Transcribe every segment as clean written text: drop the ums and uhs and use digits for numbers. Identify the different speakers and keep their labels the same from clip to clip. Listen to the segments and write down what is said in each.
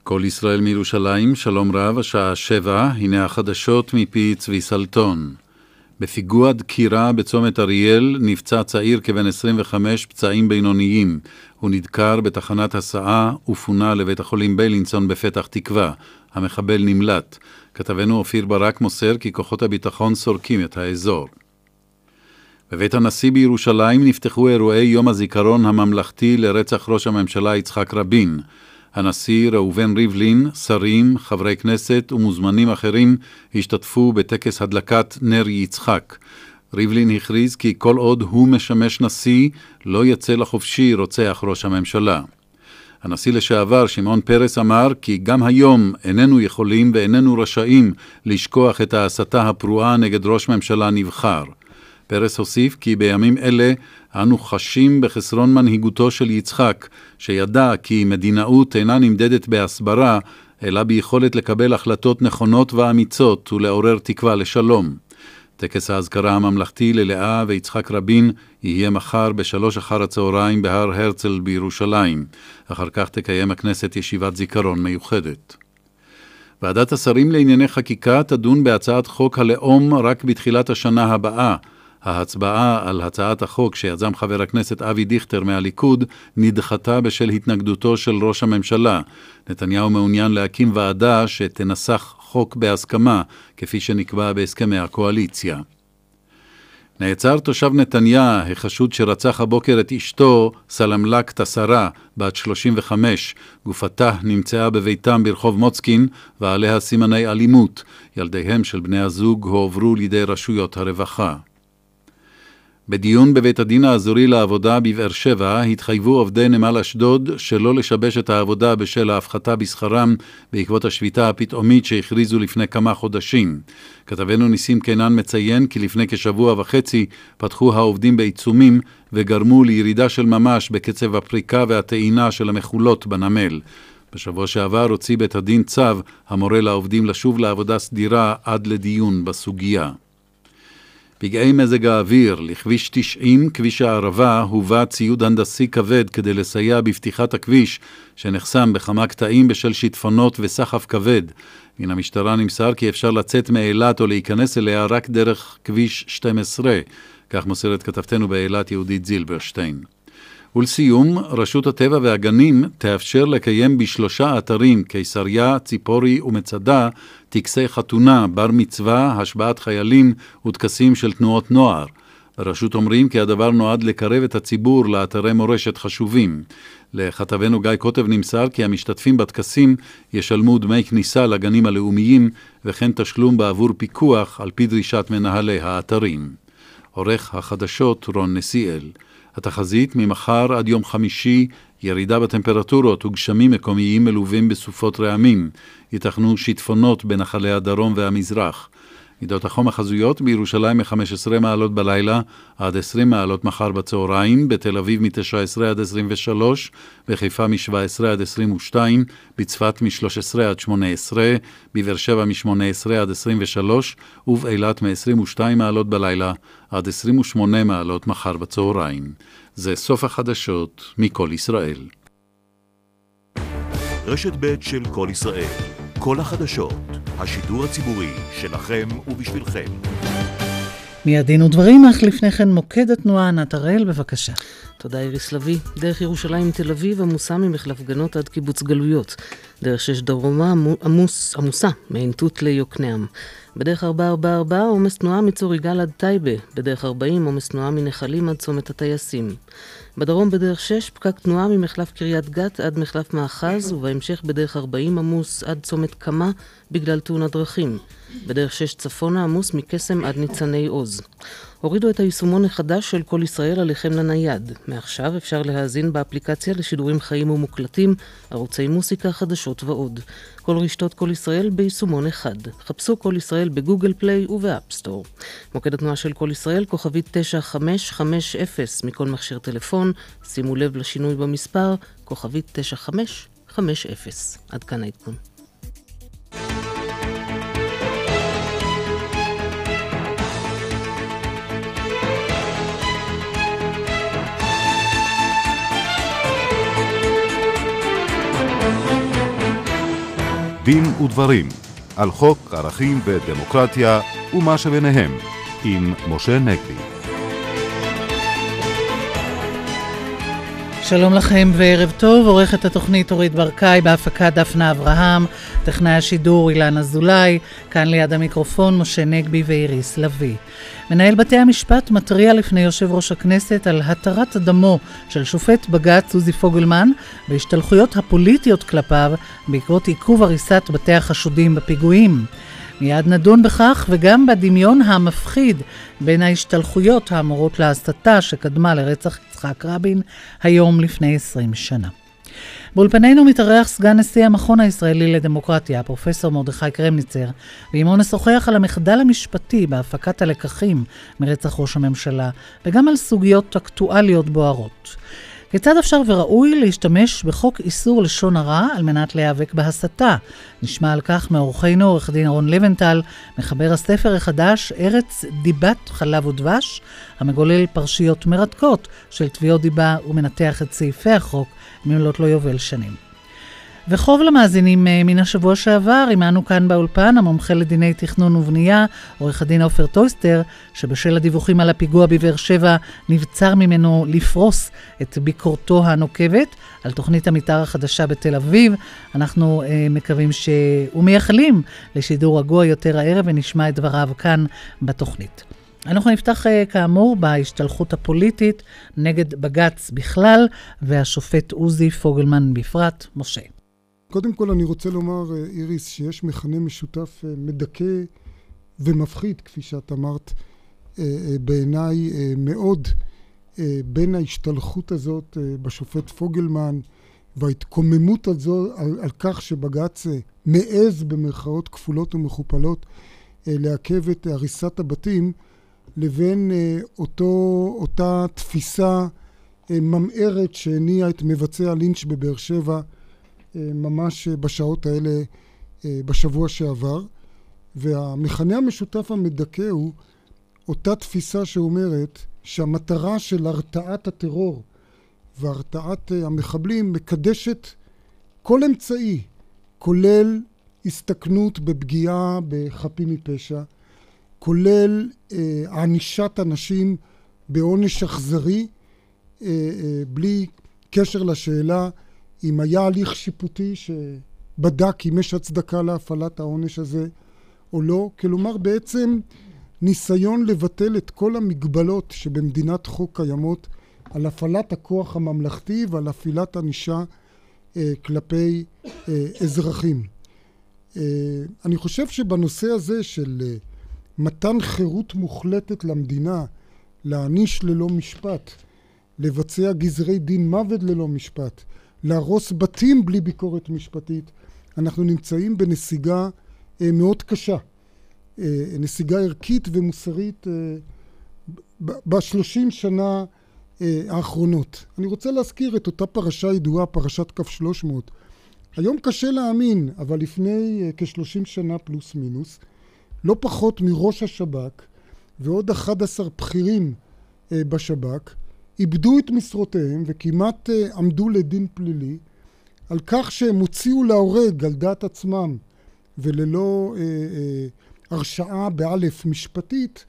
Speaker 1: כל ישראל מירושלים, שלום רב, השעה 7, הנה החדשות מפי צבי סלטון. בפיגוע דקירה בצומת אריאל נפצע צעיר כבן 25 פצעים בינוניים. הוא נדקר בתחנת הסעה ופונה לבית החולים בילינסון בפתח תקווה. המחבל נמלט. כתבנו אופיר ברק מוסר כי כוחות הביטחון סורקים את האזור. בבית הנשיא בירושלים נפתחו אירועי יום הזיכרון הממלכתי לרצח ראש הממשלה יצחק רבין. הנשיא ראובן ריבלין, שרים, חברי כנסת ומוזמנים אחרים השתתפו בטקס הדלקת נר יצחק. ריבלין הכריז כי כל עוד הוא משמש נשיא, לא יצא לחופשי רוצח ראש הממשלה. הנשיא לשעבר שמעון פרס אמר כי גם היום איננו יכולים ואיננו רשאים לשכוח את ההסתה הפרועה נגד ראש ממשלה נבחר. פרס הוסיף כי בימים אלה אנו חשים בחסרון מנהיגותו של יצחק, שידע כי מדינאות אינה נמדדת בהסברה, אלא ביכולת לקבל החלטות נכונות ואמיצות ולעורר תקווה לשלום. טקס ההזכרה הממלכתי ללאה ויצחק רבין יהיה מחר ב15:00 בהר הרצל בירושלים. אחר כך תקיים הכנסת ישיבת זיכרון מיוחדת. ועדת השרים לענייני חקיקה תדון בהצעת חוק הלאום רק בתחילת השנה הבאה. ההצבעה על הצעת החוק שיזם חבר הכנסת אבי דיכטר מהליכוד נדחתה בשל התנגדותו של ראש הממשלה. נתניהו מעוניין להקים ועדה שתנסח חוק בהסכמה, כפי שנקבע בהסכמי הקואליציה. נעצר תושב נתניה, החשוד שרצח הבוקר את אשתו, סלמלק תסרה, בת 35. גופתה נמצאה בביתם ברחוב מוצקין, ועליה סימני אלימות. ילדיהם של בני הזוג הועברו לידי רשויות הרווחה. בדיון בבית הדין האזורי לעבודה בבאר שבע התחייבו עובדי נמל אשדוד שלא לשבש את העבודה בשל ההפחתה בשכרם בעקבות השביתה הפתאומית שהכריזו לפני כמה חודשים. כתבנו ניסים קינן מציין כי לפני כשבוע וחצי פתחו העובדים בעיצומים וגרמו לירידה של ממש בקצב הפריקה והטעינה של המחולות בנמל. בשבוע שעבר הוציא בית הדין צו המורה לעובדים לשוב לעבודה סדירה עד לדיון בסוגיה. פגעי מזג האוויר, לכביש 90, כביש הערבה, הובא ציוד הנדסי כבד כדי לסייע בפתיחת הכביש, שנחסם בכמה קטעים בשל שיטפונות וסחף כבד. מן המשטרה נמסר כי אפשר לצאת מאילת או להיכנס אליה רק דרך כביש 12, כך מוסרת כתבתנו באילת יהודית זילברשטיין. ולסיום, רשות הטבע והגנים תאפשר לקיים ב3 אתרים, קיסריה, ציפורי ומצדה, טקסי חתונה, בר מצווה, השבעת חיילים וטקסים של תנועות נוער. ברשות אומרים כי הדבר נועד לקרב את הציבור לאתרי מורשת חשובים. לכתבנו גיא כותב נמסר כי המשתתפים בטקסים ישלמו דמי כניסה לגנים הלאומיים וכן תשלום בעבור פיקוח על פי דרישת מנהלי האתרים. עורך החדשות רון נסיאל. התחזית ממחר עד יום חמישי, ירידה בטמפרטורות וגשמים מקומיים מלווים בסופות רעמים. ייתכנו שיטפונות בנחלי הדרום והמזרח. מידות החום החזויות בירושלים מ-15 מעלות בלילה עד 20 מעלות מחר בצהריים, בתל אביב מ-19 עד 23, בחיפה מ-17 עד 22, בצפת מ-13 עד 18, בבאר שבע מ-18 עד 23, ובאילת מ-22 מעלות בלילה עד 28 מעלות מחר בצהריים. זה סוף החדשות מכל ישראל.
Speaker 2: רשת ב' של כל ישראל. כל החדשות, השידור הציבורי שלכם ובשבילכם.
Speaker 3: מיד דין ודברים, אך לפני כן מוקד התנועה ענת הראל, בבקשה.
Speaker 4: תודה איריס לוי. דרך ירושלים תל אביב עמוסה ממחלף גנות עד קיבוץ גלויות. דרך 6 דרומה עמוסה מעין תות ליוקנעם. בדרך 444 עומס תנועה מצור יגאל עד טייבה. בדרך 40 עומס תנועה מנחלים עד צומת הטייסים. בדרום בדרך 6 פקק תנועה ממחלף קריית גת עד מחלף מאחז, ובהמשך בדרך 40 עמוס עד צומת קמה בגלל תאונת דרכים. בדרך 6 צפונה עמוס מקסם עד ניצני עוז. הורידו את היישומון החדש של כל ישראל עליכם לנייד. מעכשיו אפשר להאזין באפליקציה לשידורים חיים ומוקלטים, ערוצי מוסיקה, חדשות ועוד. כל רשתות כל ישראל ביישומון אחד. חפשו כל ישראל בגוגל פליי ובאפסטור. מוקד התנועה של כל ישראל, כוכבית 9550 מכל מכשיר טלפון. שימו לב לשינוי במספר, כוכבית 9550. עד כאן העדכון.
Speaker 5: דין ודברים על חוק ערכים ודמוקרטיה ומה שביניהם עם משה נגבי.
Speaker 3: שלום לכם וערב טוב, עורכת התוכנית אורית ברקאי, בהפקה דפנה אברהם, טכנאי השידור אילן אזולאי, כאן ליד המיקרופון משה נגבי ואיריס לוי. מנהל בתי המשפט מטריע לפני יושב ראש הכנסת על התרת דמו של שופט בג"ץ עוזי פוגלמן בהשתלחויות הפוליטיות כלפיו בעקבות עיכוב הריסת בתי החשודים בפיגועים. מיד נדון בכך וגם בדמיון המפחיד בין ההשתלחויות האמורות להסתה שקדמה לרצח יצחק רבין היום לפני 20 שנה. באולפנינו מתארח סגן נשיא המכון הישראלי לדמוקרטיה, פרופסור מרדכי קרמניצר, ועימו נשוחח על המחדל המשפטי בהפקת הלקחים מרצח ראש הממשלה, וגם על סוגיות אקטואליות בוערות. כיצד אפשר וראוי להשתמש בחוק איסור לשון הרע על מנת להיאבק בהסתה? נשמע על כך מאורחנו עורך דין רון לבנטל, מחבר הספר החדש ארץ דיבת חלב ודבש, המגולל פרשיות מרתקות של תביעות דיבה ומנתח את סעיפי החוק ממלות לא יובל שנים. וחוב למאזינים מן השבוע שעבר, עמנו כאן באולפן המומחה לדיני תכנון ובנייה, עורך הדין עופר טויסטר, שבשל הדיווחים על הפיגוע בבאר שבע נבצר ממנו לפרוס את ביקורתו הנוקבת על תוכנית המתאר החדשה בתל אביב. אנחנו מקווים ומייחלים לשידור רגוע יותר הערב ונשמע את דבריו כאן בתוכנית. אנחנו נפתח כאמור בהשתלחות הפוליטית נגד בג"ץ בכלל והשופט עוזי פוגלמן בפרט. משה.
Speaker 6: קודם כל אני רוצה לומר, איריס, שיש מכנה משותף מדכא ומפחיד, כפי שאת אמרת, בעיניי מאוד, בין ההשתלחות הזאת בשופט פוגלמן וההתקוממות על כך שבג"ץ מעז במרכאות כפולות ומכופלות לעכב את הריסת הבתים, לבין אותה תפיסה ממארת שהניעה את מבצע לינץ' בבאר שבע ממש בשעות האלה בשבוע שעבר. והמכנה המשותף המדכא הוא אותה תפיסה שאומרת שהמטרה של הרתעת הטרור והרתעת המחבלים מקדשת כל אמצעי, כולל הסתכנות בפגיעה בחפים מפשע, כולל הענישת אנשים בעונש אכזרי, בלי קשר לשאלה אם היה הליך שיפוטי שבדק אם יש הצדקה להפעלת העונש הזה או לא. כלומר בעצם ניסיון לבטל את כל המגבלות שבמדינת חוק קיימות על הפעלת הכוח הממלכתי ועל הפעלת ענישה כלפי אזרחים. אני חושב שבנושא הזה של מתן חירות מוחלטת למדינה, להעניש ללא משפט, לבצע גזרי דין מוות ללא משפט, להרוס בתים בלי ביקורת משפטית, אנחנו נמצאים בנסיגה מאוד קשה, נסיגה ערכית ומוסרית ב-30 שנה האחרונות. אני רוצה להזכיר את אותה פרשה ידועה, פרשת כף 300. היום קשה להאמין, אבל לפני כ-30 שנה פלוס מינוס, לא פחות מראש השב"כ ועוד 11 בכירים בשב"כ איבדו את משרותיהם וכמעט עמדו לדין פלילי על כך שהם הוציאו להורג על דעת עצמם וללא הרשעה באלף משפטית,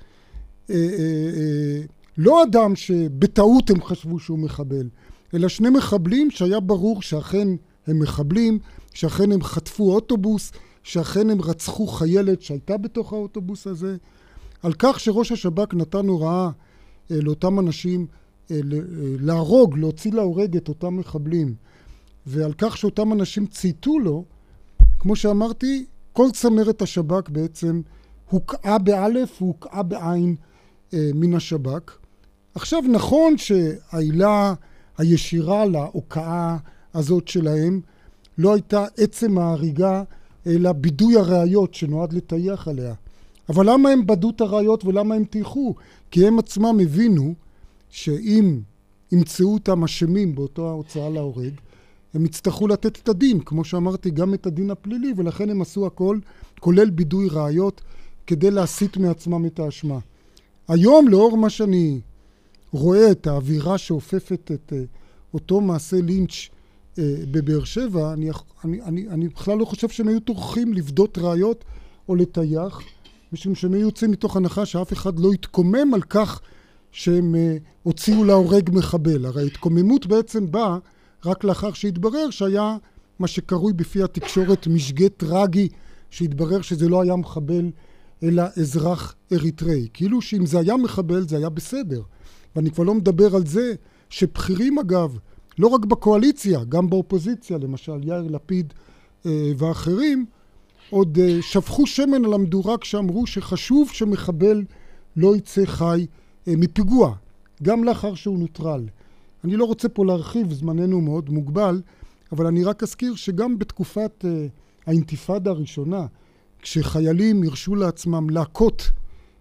Speaker 6: לא אדם שבטעות הם חשבו שהוא מחבל, אלא שני מחבלים שהיה ברור שאכן הם מחבלים, שאכן הם חטפו אוטובוס, שאכן הם רצחו חיילת שהייתה בתוך האוטובוס הזה, על כך שראש השב"כ נתן הוראה לאותם אנשים להרוג, להוציא להורג את אותם מחבלים, ועל כך שאותם אנשים צייתו לו, כמו שאמרתי, כל צמרת השב"כ בעצם הוקעה באלף והוקעה בעין מן השב"כ. עכשיו נכון שהעילה הישירה להוקעה הזאת שלהם לא הייתה עצם ההריגה, אלא בידוי הראיות שנועד לטייח עליה. אבל למה הם בדו את הראיות ולמה הם טייחו? כי הם עצמם הבינו שאם ימצאו אותם אשמים באותה הוצאה להורג, הם יצטרכו לתת את הדין, כמו שאמרתי, גם את הדין הפלילי, ולכן הם עשו הכל, כולל בידוי ראיות, כדי להסיט מעצמם את האשמה. היום, לאור מה שאני רואה את האווירה שאופפת את אותו מעשה לינץ' בבאר שבע, אני בכלל לא חושב שהם היו טורחים לבדות ראיות או לטייח, משום שהם היו יוצאים מתוך הנחה שאף אחד לא יתקומם על כך שהם הוציאו להורג מחבל. הרי ההתקוממות בעצם באה רק לאחר שהתברר שהיה מה שקרוי בפי התקשורת משגה טרגי, שהתברר שזה לא היה מחבל אלא אזרח אריתראי. כאילו שאם זה היה מחבל זה היה בסדר. ואני כבר לא מדבר על זה שבכירים אגב, לא רק בקואליציה, גם באופוזיציה, למשל יאיר לפיד ואחרים, עוד שפכו שמן על המדורה כשאמרו שחשוב שמחבל לא יצא חי מפיגוע, גם לאחר שהוא נוטרל. אני לא רוצה פה להרחיב, זמננו מאוד מוגבל, אבל אני רק אזכיר שגם בתקופת האינתיפאדה הראשונה, כשחיילים הרשו לעצמם להכות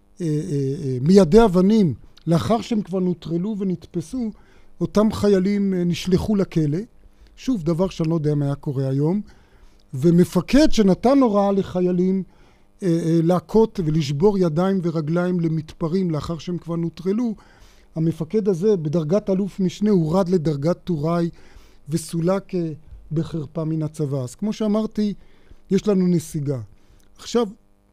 Speaker 6: מיידי אבנים, לאחר שהם כבר נוטרלו ונתפסו, אותם חיילים נשלחו לכלא, שוב דבר שאני לא יודע מה היה קורה היום, ומפקד שנתן הוראה לחיילים להכות ולשבור ידיים ורגליים למתפרעים לאחר שהם כבר נוטרלו, המפקד הזה בדרגת אלוף משנה הורד לדרגת טוראי וסולק בחרפה מן הצבא. אז כמו שאמרתי, יש לנו נסיגה. עכשיו,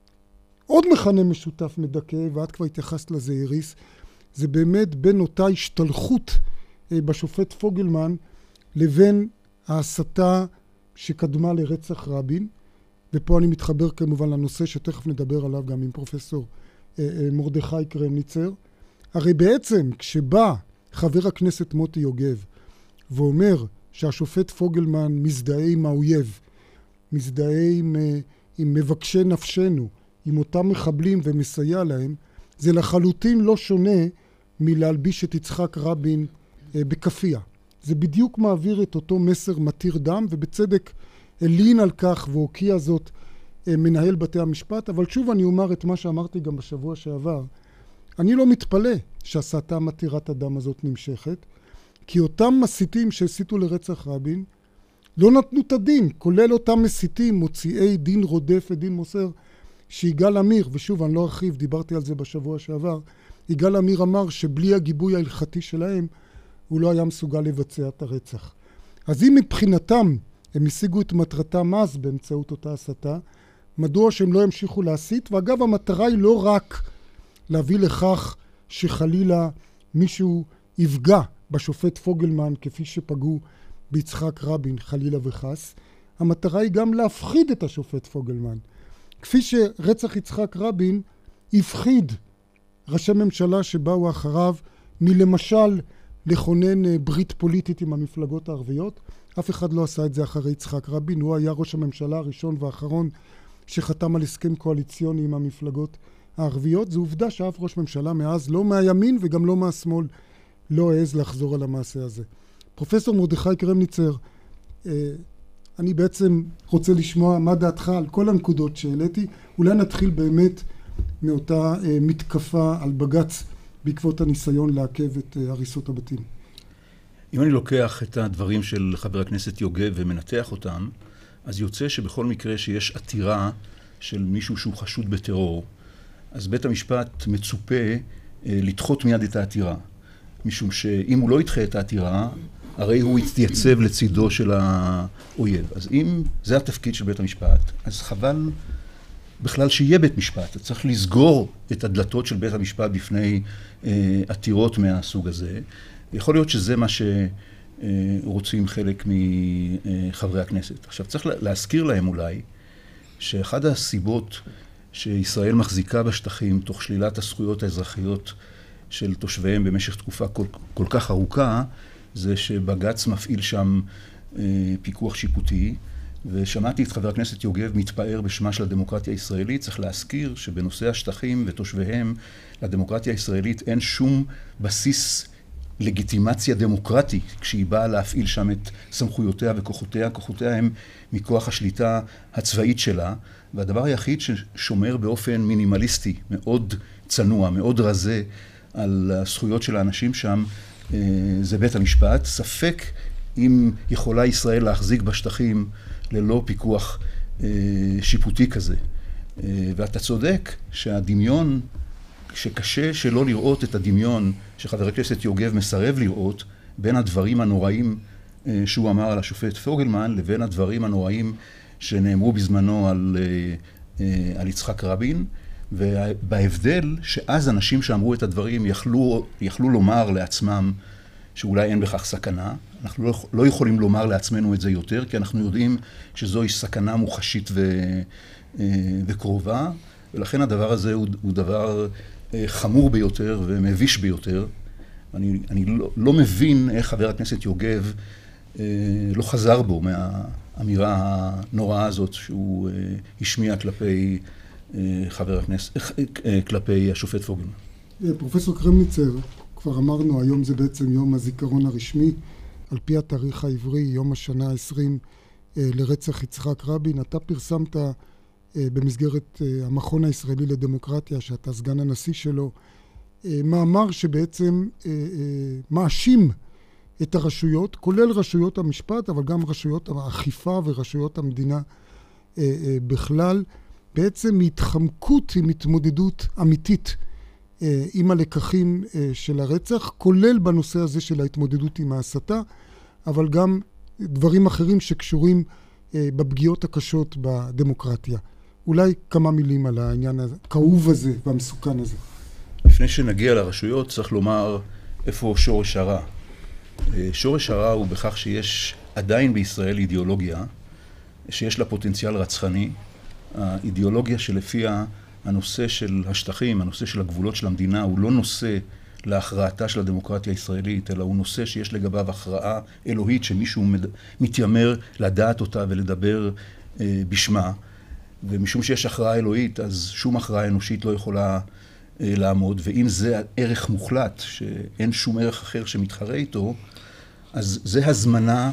Speaker 6: עוד מכנה משותף מדכא, ואת כבר התייחסת לזה איריס, זה באמת בין אותה השתלחות בשופט פוגלמן לבין ההסתה שקדמה לרצח רבין, ופה אני מתחבר כמובן לנושא שתכף נדבר עליו גם עם פרופסור מרדכי קרמניצר. הרי בעצם כשבא חבר הכנסת מוטי יוגב ואומר שהשופט פוגלמן מזדהה עם האויב, מזדהה עם מבקשי נפשנו, עם אותם מחבלים ומסייע להם, זה לחלוטין לא שונה מלהלביש את יצחק רבין בכפייה. זה בדיוק מעביר את אותו מסר מתיר דם, ובצדק אלין על כך והוקיע זאת מנהל בתי המשפט. אבל שוב אני אומר את מה שאמרתי גם בשבוע שעבר, אני לא מתפלא שהסתה מתירת הדם הזאת נמשכת, כי אותם מסיתים שהסיתו לרצח רבין לא נתנו את הדין, כולל אותם מסיתים, מוציאי דין רודף ודין מוסר, שיגאל עמיר, ושוב אני לא ארחיב, דיברתי על זה בשבוע שעבר, יגאל עמיר אמר שבלי הגיבוי ההלכתי שלהם הוא לא היה מסוגל לבצע את הרצח. אז אם מבחינתם הם השיגו את מטרתם אז באמצעות אותה הסתה, מדוע שהם לא ימשיכו להסית? ואגב המטרה היא לא רק להביא לכך שחלילה מישהו יפגע בשופט פוגלמן כפי שפגעו ביצחק רבין חלילה וחס, המטרה היא גם להפחיד את השופט פוגלמן. כפי שרצח יצחק רבין הפחיד ראשי ממשלה שבאו אחריו מלמשל לכונן ברית פוליטית עם המפלגות הערביות. אף אחד לא עשה את זה אחרי יצחק רבין, הוא היה ראש הממשלה הראשון והאחרון שחתם על הסכם קואליציוני עם המפלגות הערביות. זו עובדה שאף ראש ממשלה מאז, לא מהימין וגם לא מהשמאל, לא העז לחזור על המעשה הזה. פרופסור מרדכי קרמניצר, אני בעצם רוצה לשמוע מה דעתך על כל הנקודות שהעליתי. אולי נתחיל באמת מאותה מתקפה על בג"ץ בעקבות הניסיון לעכב את הריסות הבתים.
Speaker 7: אם אני לוקח את הדברים של חבר הכנסת יוגב ומנתח אותם, אז יוצא שבכל מקרה שיש עתירה של מישהו שהוא חשוד בטרור, אז בית המשפט מצופה לדחות מיד את העתירה. משום שאם הוא לא ידחה את העתירה, הרי הוא יתייצב לצידו של האויב. אז אם זה התפקיד של בית המשפט, אז חבל בכלל שיהיה בית משפט. צריך לסגור את הדלתות של בית המשפט בפני עתירות מהסוג הזה. יכול להיות שזה מה שרוצים חלק מחברי הכנסת. עכשיו צריך להזכיר להם אולי שאחד הסיבות שישראל מחזיקה בשטחים תוך שלילת הזכויות האזרחיות של תושביהם במשך תקופה כל כך ארוכה, זה שבג"ץ מפעיל שם פיקוח שיפוטי, ושמעתי את חבר הכנסת יוגב מתפאר בשמה של הדמוקרטיה הישראלית. צריך להזכיר שבנושא השטחים ותושביהם, לדמוקרטיה הישראלית אין שום בסיס לגיטימציה דמוקרטית כשהיא באה להפעיל שם את סמכויותיה וכוחותיה. כוחותיה הם מכוח השליטה הצבאית שלה, והדבר היחיד ששומר באופן מינימליסטי, מאוד צנוע, מאוד רזה, על הזכויות של האנשים שם, זה בית המשפט. ספק אם יכולה ישראל להחזיק בשטחים ללא פיקוח שיפוטי כזה. ואתה צודק שהדמיון, שקשה שלא לראות את הדמיון שחבר הכנסת יוגב מסרב לראות, בין הדברים הנוראים שהוא אמר על השופט פוגלמן, לבין הדברים הנוראים שנאמרו בזמנו על יצחק רבין, ובהבדל שאז אנשים שאמרו את הדברים יכלו לומר לעצמם שאולי אין בכך סכנה. אנחנו לא יכולים לומר לעצמנו את זה יותר, כי אנחנו יודעים שזוהי סכנה מוחשית וקרובה, ולכן הדבר הזה הוא דבר חמור ביותר ומביש ביותר. אני לא מבין איך חבר הכנסת יוגב לא חזר בו מהאמירה הנוראה הזאת שהוא השמיע כלפי חבר הכנסת, כלפי השופט פוגלמן.
Speaker 6: פרופסור קרמניצר, כבר אמרנו, היום זה בעצם יום הזיכרון הרשמי, על פי התאריך העברי, יום השנה ה-20 לרצח יצחק רבין. אתה פרסמת במסגרת המכון הישראלי לדמוקרטיה, שאתה סגן הנשיא שלו, מאמר שבעצם מאשים את הרשויות, כולל רשויות המשפט, אבל גם רשויות האכיפה ורשויות המדינה בכלל, בעצם התחמקות עם התמודדות אמיתית עם הלקחים של הרצח, כולל בנושא הזה של ההתמודדות עם ההסתה, אבל גם דברים אחרים שקשורים בפגיעות הקשות בדמוקרטיה. אולי כמה מילים על העניין הכאוב הזה והמסוכן הזה.
Speaker 7: לפני שנגיע לרשויות, צריך לומר איפה שורש הרע. שורש הרע הוא בכך שיש עדיין בישראל אידיאולוגיה שיש לה פוטנציאל רצחני, האידיאולוגיה שלפיה הנושא של השטחים, הנושא של הגבולות של המדינה, הוא לא נושא להכרעתה של הדמוקרטיה הישראלית, אלא הוא נושא שיש לגביו הכרעה אלוהית שמישהו מתיימר לדעת אותה ולדבר בשמה, ומשום שיש הכרעה אלוהית, אז שום הכרעה אנושית לא יכולה לעמוד, ואם זה ערך מוחלט, שאין שום ערך אחר שמתחרה איתו, אז זה הזמנה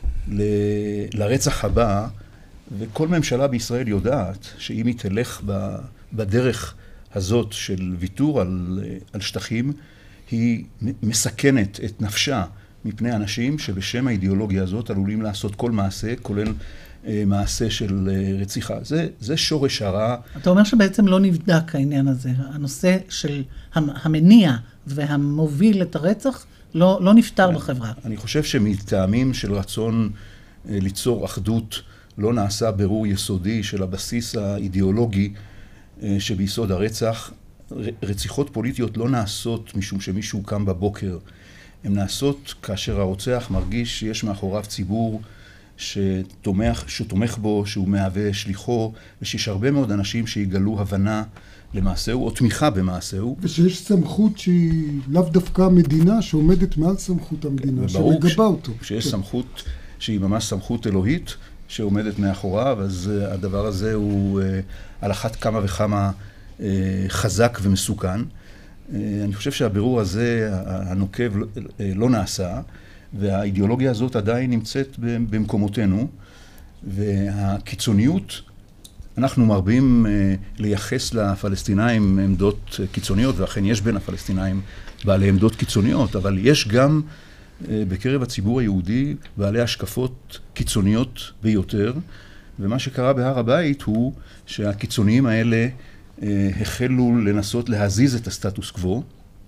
Speaker 7: לרצח הבא, וכל ממשלה בישראל יודעת שאם היא תלך בדרך הזאת של ויתור על שטחים, היא מסכנת את נפשה מפני אנשים שבשם האידיאולוגיה הזאת עלולים לעשות כל מעשה, כולל מעשה של רציחה. זה שורש הרע. אתה
Speaker 3: אומר שבעצם לא נבדק העניין הזה. הנושא של המניע והמוביל את הרצח לא נפטר בחברה.
Speaker 7: אני חושב שמטעמים של רצון ליצור אחדות, לא נעשה ברור יסודי של הבסיס האידיאולוגי שביסוד הרצח. רציחות פוליטיות לא נעשות משום שמישהו קם בבוקר. הן נעשות כאשר הרוצח מרגיש שיש מאחוריו ציבור שתומך בו, שהוא מהווה שליחו, ושיש הרבה מאוד אנשים שיגלו הבנה למעשהו או תמיכה במעשהו.
Speaker 6: ושיש סמכות שהיא לאו דווקא המדינה שעומדת מעל סמכות המדינה, שמגבה אותו.
Speaker 7: שיש סמכות שהיא ממש סמכות אלוהית שעומדת מאחוריו, אז הדבר הזה הוא על אחת כמה וכמה חזק ומסוכן. אני חושב שהבירור הזה, הנוקב, לא נעשה, והאידיאולוגיה הזאת עדיין נמצאת במקומותינו, והקיצוניות, אנחנו מרבים לייחס לפלסטינאים עמדות קיצוניות, ואכן יש בין הפלסטינאים בעלי עמדות קיצוניות, אבל יש גם בקרב הציבור היהודי בעלי השקפות קיצוניות ביותר, ומה שקרה בהר הבית הוא שהקיצוניים האלה החלו לנסות להזיז את הסטטוס קוו,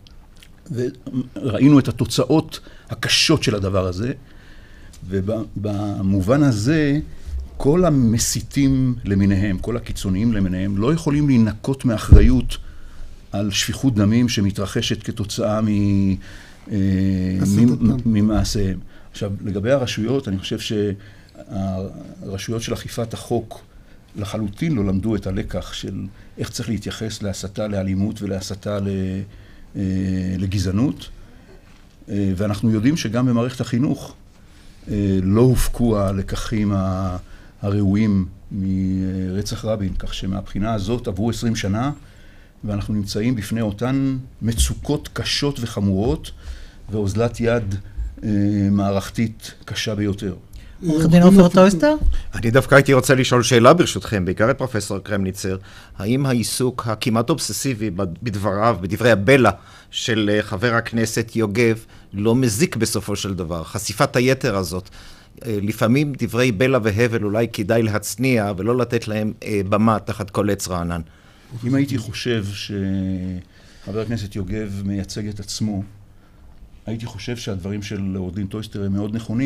Speaker 7: וראינו את התוצאות הקשות של הדבר הזה, ובמובן הזה כל המסיתים למיניהם, כל הקיצוניים למיניהם, לא יכולים להינקות מאחריות על שפיכות דמים שמתרחשת כתוצאה ממעשיהם. עכשיו, לגבי הרשויות, אני חושב שהרשויות של אכיפת החוק לחלוטין לא למדו את הלקח של איך צריך להתייחס להסתה לאלימות ולהסתה לגזענות, ואנחנו יודעים שגם במערכת החינוך לא הופקו הלקחים הראויים מרצח רבין, כך שמהבחינה הזאת עברו 20 שנה, ואנחנו נמצאים בפני אותן מצוקות קשות וחמורות, ואוזלת יד מערכתית קשה ביותר.
Speaker 3: עורך דין עופר טויסטר?
Speaker 8: אני דווקא הייתי רוצה לשאול שאלה ברשותכם, בעיקר את פרופסור קרמניצר, האם העיסוק הכמעט אובססיבי בדבריו, בדברי הבלע של חבר הכנסת יוגב, לא מזיק בסופו של דבר? חשיפת היתר הזאת, לפעמים דברי בלע והבל אולי כדאי להצניע ולא לתת להם במה תחת כל עץ רענן.
Speaker 7: אם הייתי חושב שחבר הכנסת יוגב מייצג את עצמו, הייתי חושב שהדברים של עורך דין טויסטר הם מאוד נכונים,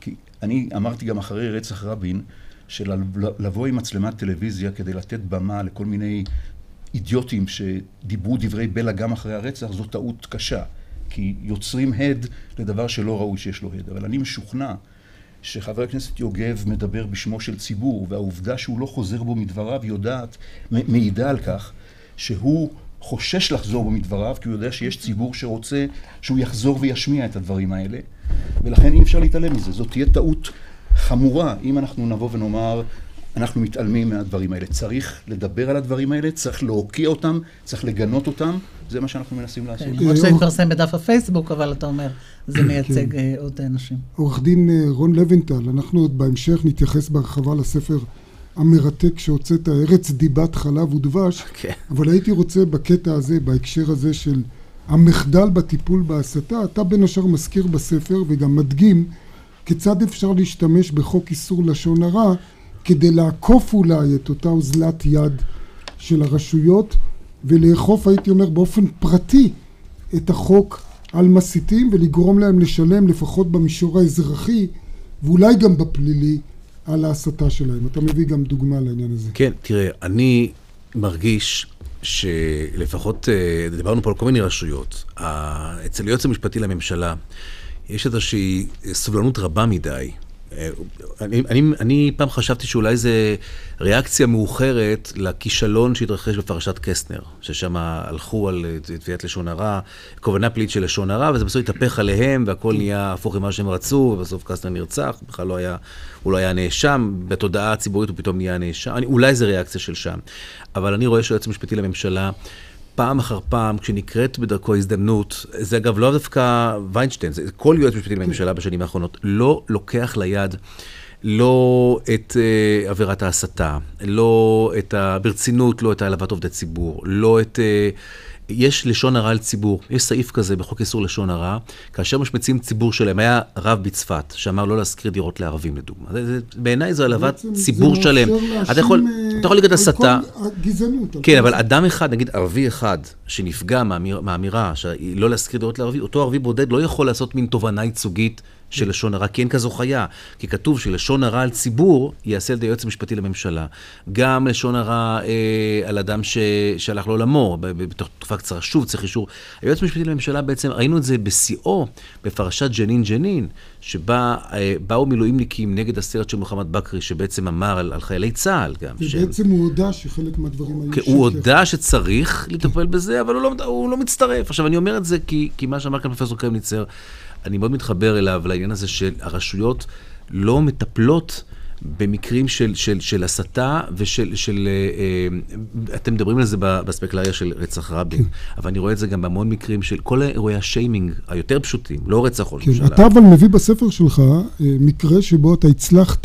Speaker 7: כי אני אמרתי גם אחרי רצח רבין, שלבוא עם מצלמת טלוויזיה כדי לתת במה לכל מיני אידיוטים שדיברו דברי בלע גם אחרי הרצח, זו טעות קשה. כי יוצרים הד לדבר שלא ראוי שיש לו הד. אבל אני משוכנע שחבר הכנסת יוגב מדבר בשמו של ציבור, והעובדה שהוא לא חוזר בו מדבריו מעידה על כך שהוא חושש לחזור בו מדבריו, כי הוא יודע שיש ציבור שרוצה שהוא יחזור וישמיע את הדברים האלה, ולכן אי אפשר להתעלם מזה. זאת תהיה טעות חמורה אם אנחנו נבוא ונאמר, אנחנו מתעלמים מהדברים האלה. צריך לדבר על הדברים האלה, צריך להוקיע אותם, צריך לגנות אותם, זה מה שאנחנו מנסים לעשות.
Speaker 3: למרות שזה התפרסם בדף הפייסבוק, אבל אתה אומר, זה מייצג עוד אנשים.
Speaker 6: עורך דין רון לוינטל, אנחנו עוד בהמשך נתייחס בהרחבה לספר המרתק שהוצאת, ארץ דיבת חלב ודבש, אבל הייתי רוצה בקטע הזה, בהקשר הזה של המחדל בטיפול בהסתה, אתה בין השאר מזכיר בספר וגם מדגים כיצד אפשר להשתמש בחוק איסור לשון הרע כדי לעקוף אולי את אותה אוזלת יד של הרשויות ולאכוף, הייתי אומר, באופן פרטי את החוק על מסיתים ולגרום להם לשלם לפחות במישור האזרחי ואולי גם בפלילי על ההסתה שלהם. אתה מביא גם דוגמה לעניין הזה.
Speaker 9: כן, תראה, אני מרגיש שלפחות, דיברנו פה על כל מיני רשויות, אצל היועץ המשפטי לממשלה יש איזושהי סובלנות רבה מדי. אני פעם חשבתי שאולי זה ריאקציה מאוחרת לכישלון שהתרחש בפרשת קסטנר, ששם הלכו על תביעת לשון הרע, כוונה פלילית של לשון הרע, וזה בסוף התהפך עליהם, והכל נהיה הפוך ממה שהם רצו, ובסוף קסטנר נרצח, בכלל הוא לא היה נאשם, בתודעה הציבורית הוא פתאום נהיה נאשם, אולי זה ריאקציה של שם. אבל אני רואה שהיועץ המשפטי לממשלה, פעם אחר פעם, כשנקראת בדרכו הזדמנות, זה אגב לא דווקא ויינשטיין, זה כל יועץ משפטי לממשלה בשנים האחרונות, לא לוקח ליד, לא את עבירת ההסתה, לא את ברצינות, לא את העלבת עובדי ציבור, לא את... יש לשון הרע על ציבור, יש סעיף כזה בחוק איסור לשון הרע, כאשר משמצים ציבור שלהם, היה רב בצפת, שאמר לא להזכיר דירות לערבים לדוגמה. בעיניי זו העלבת ציבור שלם. אתה יכול להגיד הסתה. כן, אבל אדם אחד, נגיד ערבי אחד, שנפגע מהאמירה שלא להזכיר דירות לערבי, אותו ערבי בודד לא יכול לעשות מין תובנה ייצוגית של לשון הרע, כי אין כזו חיה. כי כתוב שלשון הרע על ציבור יעשה על ידי היועץ המשפטי לממשלה. גם לשון הרע על אדם שהלך לעולמו, בתוך תקופה קצרה, שוב צריך אישור. היועץ המשפטי לממשלה בעצם, ראינו את זה בשיאו, בפרשת ג'נין, שבה באו מילואימניקים נגד הסרט של מוחמד בכרי, שבעצם אמר על חיילי צה"ל גם.
Speaker 6: ובעצם הוא הודע שחלק מהדברים היו
Speaker 9: הוא הודע שצריך לטפל בזה, אבל הוא לא מצטרף. עכשיו אני אומר את זה כי מה שאמר כאן פרופסור קרמניצר, אני מאוד מתחבר אליו, לעניין הזה שהרשויות לא מטפלות במקרים של הסתה ושל אתם מדברים על זה בספקלריה של רצח רבין, אבל אני רואה את זה גם בהמון מקרים של כל אירועי השיימינג היותר פשוטים, לא רצח ראש ממשלה.
Speaker 6: אתה אבל מביא בספר שלך מקרה שבו אתה הצלחת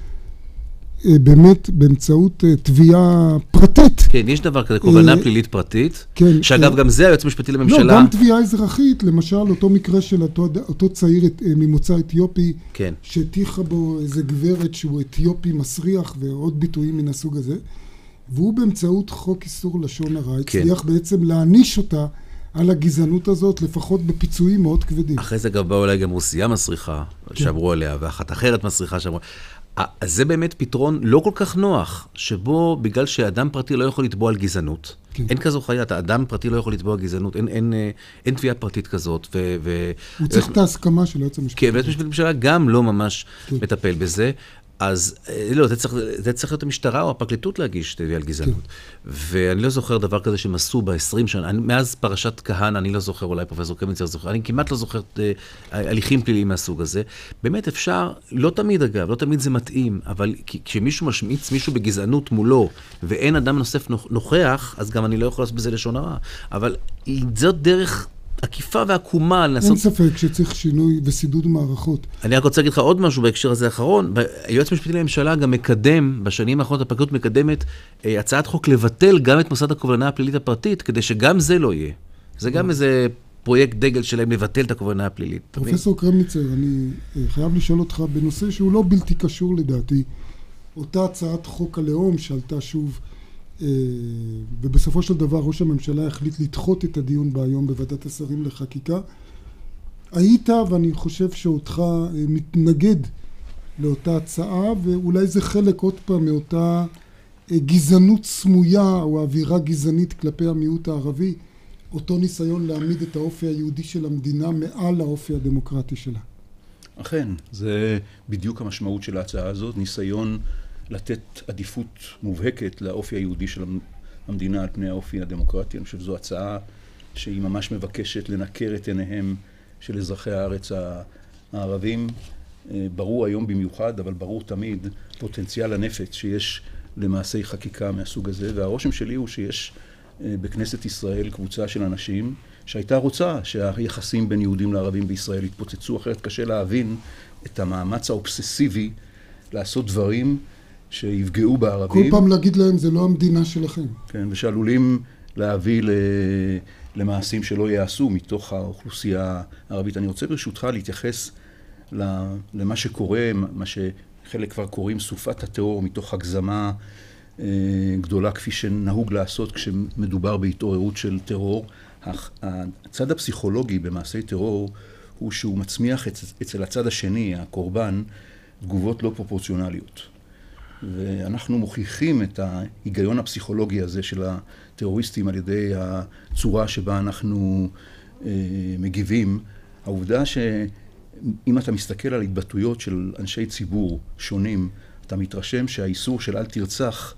Speaker 6: באמת באמצעות תביעה פרטית.
Speaker 9: כן, יש דבר כזה, כוונה פלילית פרטית, שאגב גם זה היועץ המשפטי לממשלה.
Speaker 6: לא, גם תביעה אזרחית, למשל אותו מקרה של אותו צעיר ממוצא אתיופי, שהטיחה בו איזה גברת שהוא אתיופי מסריח ועוד ביטויים מן הסוג הזה, והוא באמצעות חוק איסור לשון הרע, הצליח בעצם להעניש אותה על הגזענות הזאת, לפחות בפיצויים מאוד כבדים.
Speaker 9: אחרי זה אגב באו אולי גם רוסיה מסריחה, שעברו עליה, ואחת אחרת מסריחה שעברו. אז זה באמת פתרון לא כל כך נוח, שבו בגלל שאדם פרטי לא יכול לתבוע על גזענות, אין כזו חיה, אדם פרטי לא יכול לתבוע על גזענות, אין תביעה פרטית כזאת.
Speaker 6: הוא צריך את ההסכמה של היועץ המשפטי.
Speaker 9: כן, והיועץ המשפטי לממשלה גם לא ממש מטפל בזה, אז לא, זה צריך להיות המשטרה או הפרקליטות להגיש תביעה על גזענות. ואני לא זוכר דבר כזה שהם עשו ב-20 שנה, מאז פרשת כהנא, אני לא זוכר, אולי פרופסור קרמניצר זוכר, אני כמעט לא זוכר הליכים פליליים מהסוג הזה. באמת אפשר, לא תמיד אגב, לא תמיד זה מתאים, אבל כשמישהו משמיץ מישהו בגזענות מולו, ואין אדם נוסף נוכח, אז גם אני לא יכול לעשות בזה לשון הרע. אבל זאת דרך עקיפה ועקומה לנסות...
Speaker 6: אין ספק שצריך שינוי וסידוד מערכות.
Speaker 9: אני רק רוצה להגיד לך עוד משהו בהקשר הזה האחרון. היועץ המשפטי לממשלה גם מקדם, בשנים האחרונות הפרקליטות מקדמת הצעת חוק לבטל גם את מוסד הקובלנה הפלילית הפרטית, כדי שגם זה לא יהיה. זה גם איזה פרויקט דגל שלהם לבטל את הקובלנה הפלילית.
Speaker 6: פרופסור קרמניצר, אני חייב לשאול אותך בנושא שהוא לא בלתי קשור לדעתי. אותה הצעת חוק הלאום שעלתה שוב, ובסופו של דבר ראש הממשלה החליט לדחות את הדיון בהיום בוועדת השרים לחקיקה. היית, ואני חושב שאותך מתנגד לאותה הצעה, ואולי זה חלק עוד פעם מאותה גזענות סמויה או אווירה גזענית כלפי המיעוט הערבי, אותו ניסיון להעמיד את האופי היהודי של המדינה מעל האופי הדמוקרטי שלה.
Speaker 7: אכן, זה בדיוק המשמעות של ההצעה הזאת, ניסיון לתת עדיפות מובהקת לאופי היהודי של המדינה על פני האופי הדמוקרטי. אני חושב שזו הצעה שהיא ממש מבקשת לנקר את עיניהם של אזרחי הארץ הערבים. ברור היום במיוחד, אבל ברור תמיד פוטנציאל הנפץ שיש למעשי חקיקה מהסוג הזה, והרושם שלי הוא שיש בכנסת ישראל קבוצה של אנשים שהייתה רוצה שהיחסים בין יהודים לערבים בישראל יתפוצצו, אחרת קשה להבין את המאמץ האובססיבי לעשות דברים שיפגעו בערבים.
Speaker 6: כל פעם להגיד להם זה לא המדינה שלכם.
Speaker 7: כן, ושעלולים להביא למעשים שלא יעשו מתוך האוכלוסייה הערבית. אני רוצה ברשותך להתייחס למה שקורה, מה שחלק כבר קוראים סופת הטרור מתוך הגזמה גדולה כפי שנהוג לעשות כשמדובר בהתעוררות של טרור. הצד הפסיכולוגי במעשי טרור הוא שהוא מצמיח אצל הצד השני, הקורבן, תגובות לא פרופורציונליות. ואנחנו מוכיחים את ההיגיון הפסיכולוגי הזה של הטרוריסטים על ידי הצורה שבה אנחנו מגיבים. העובדה שאם אתה מסתכל על התבטאויות של אנשי ציבור שונים, אתה מתרשם שהאיסור של אל תרצח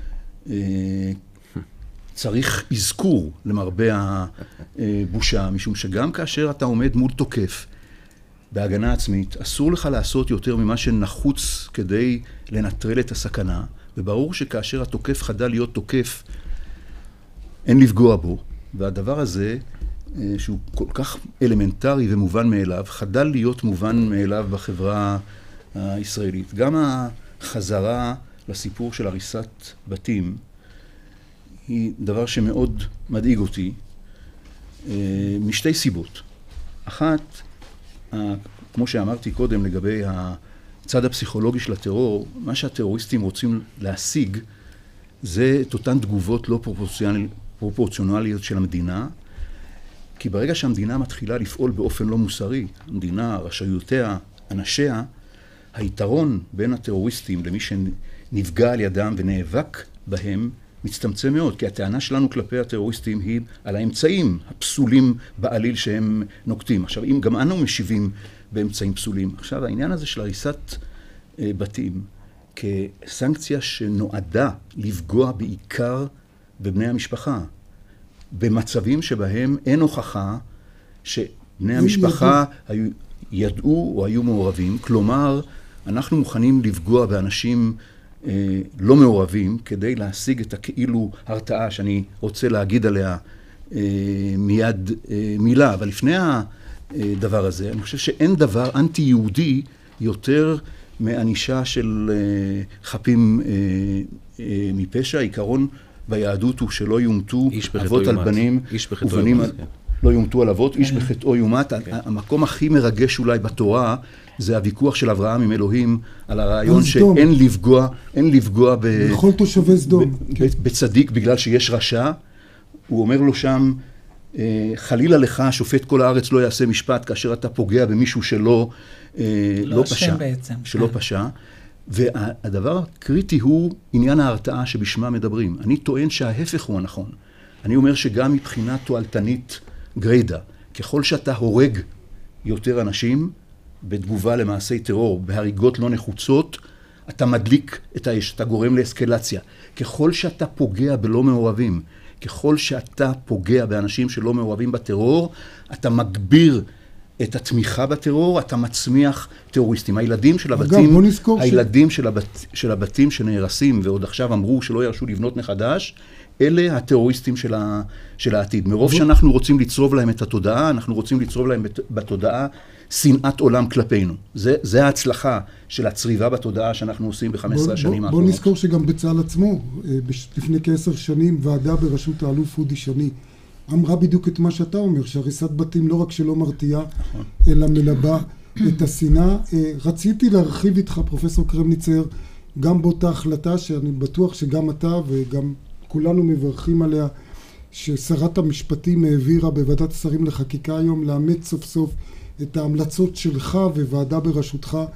Speaker 7: צריך אזכור למרבה הבושה, משום שגם כאשר אתה עומד מול תוקף בהגנה עצמית, אסור לך לעשות יותר ממה שנחוץ כדי לנטרל את הסכנה, וברור שכאשר התוקף חדל להיות תוקף, אין לפגוע בו, והדבר הזה, שהוא כל כך אלמנטרי ומובן מאליו, חדל להיות מובן מאליו בחברה הישראלית. גם החזרה לסיפור של הריסת בתים, היא דבר שמאוד מדאיג אותי, משתי סיבות. אחת, כמו שאמרתי קודם לגבי הצד הפסיכולוגי של הטרור, מה שהטרוריסטים רוצים להשיג זה את אותן תגובות לא פרופורציונליות של המדינה, כי ברגע שהמדינה מתחילה לפעול באופן לא מוסרי, המדינה, רשויותיה, אנשיה, היתרון בין הטרוריסטים למי שנפגע על ידם ונאבק בהם מצטמצם מאוד, כי הטענה שלנו כלפי הטרוריסטים היא על האמצעים הפסולים בעליל שהם נוקטים. עכשיו, אם גם אנו משיבים באמצעים פסולים, עכשיו העניין הזה של הריסת בתים כסנקציה שנועדה לפגוע בעיקר בבני המשפחה, במצבים שבהם אין הוכחה שבני המשפחה ידעו או היו מעורבים, כלומר, אנחנו מוכנים לפגוע באנשים לא מעורבים כדי להשיג את הכאילו הרתעה שאני רוצה להגיד עליה מיד מילה. אבל לפני הדבר הזה, אני חושב שאין דבר אנטי-יהודי יותר מאנישה של חפים מפשע. העיקרון ביהדות הוא שלא יומתו אבות על בנים ובנים לא יומתו על אבות, איש בחטאו יומת. המקום הכי מרגש אולי בתורה זה הוויכוח של אברהם עם אלוהים על הרעיון שאין לפגוע
Speaker 6: בכל תושבי סדום.
Speaker 7: בצדיק בגלל שיש רשע. הוא אומר לו שם, חלילה לך, שופט כל הארץ לא יעשה משפט כאשר אתה פוגע במישהו שלא פשע. שלא פשע. והדבר הקריטי הוא עניין ההרתעה שבשמה מדברים. אני טוען שההפך הוא הנכון. אני אומר שגם מבחינה תועלתנית גרידא, ככל שאתה הורג יותר אנשים בתגובה למעשי טרור, בהריגות לא נחוצות, אתה מדליק את האש, אתה גורם לאסקלציה. ככל שאתה פוגע בלא מעורבים, ככל שאתה פוגע באנשים שלא מעורבים בטרור, אתה מגביר את התמיכה בטרור, אתה מצמיח טרוריסטים. הילדים של הבתים שנהרסים, ועוד עכשיו אמרו שלא ירשו לבנות מחדש, אלה הטרוריסטים של העתיד. מרוב שאנחנו רוצים לצרוב להם את התודעה, אנחנו רוצים לצרוב להם בתודעה שנאת עולם כלפינו. זה ההצלחה של הצריבה בתודעה שאנחנו עושים ב-15 השנים האחרונות.
Speaker 6: בוא נזכור שגם בצה"ל עצמו, לפני כ10 שנים, ועדה בראשות האלוף אודי שני, אמרה בדיוק את מה שאתה אומר, שהריסת בתים לא רק שלא מרתיעה, אלא מלבה את השנאה. רציתי להרחיב איתך, פרופסור קרמניצר, גם באותה החלטה שאני בטוח שגם אתה וגם כולנו מברכים עליה, ששרת המשפטים העבירה בוועדת השרים לחקיקה היום, לאמץ סוף סוף את ההמלצות שלך וועדה בראשותך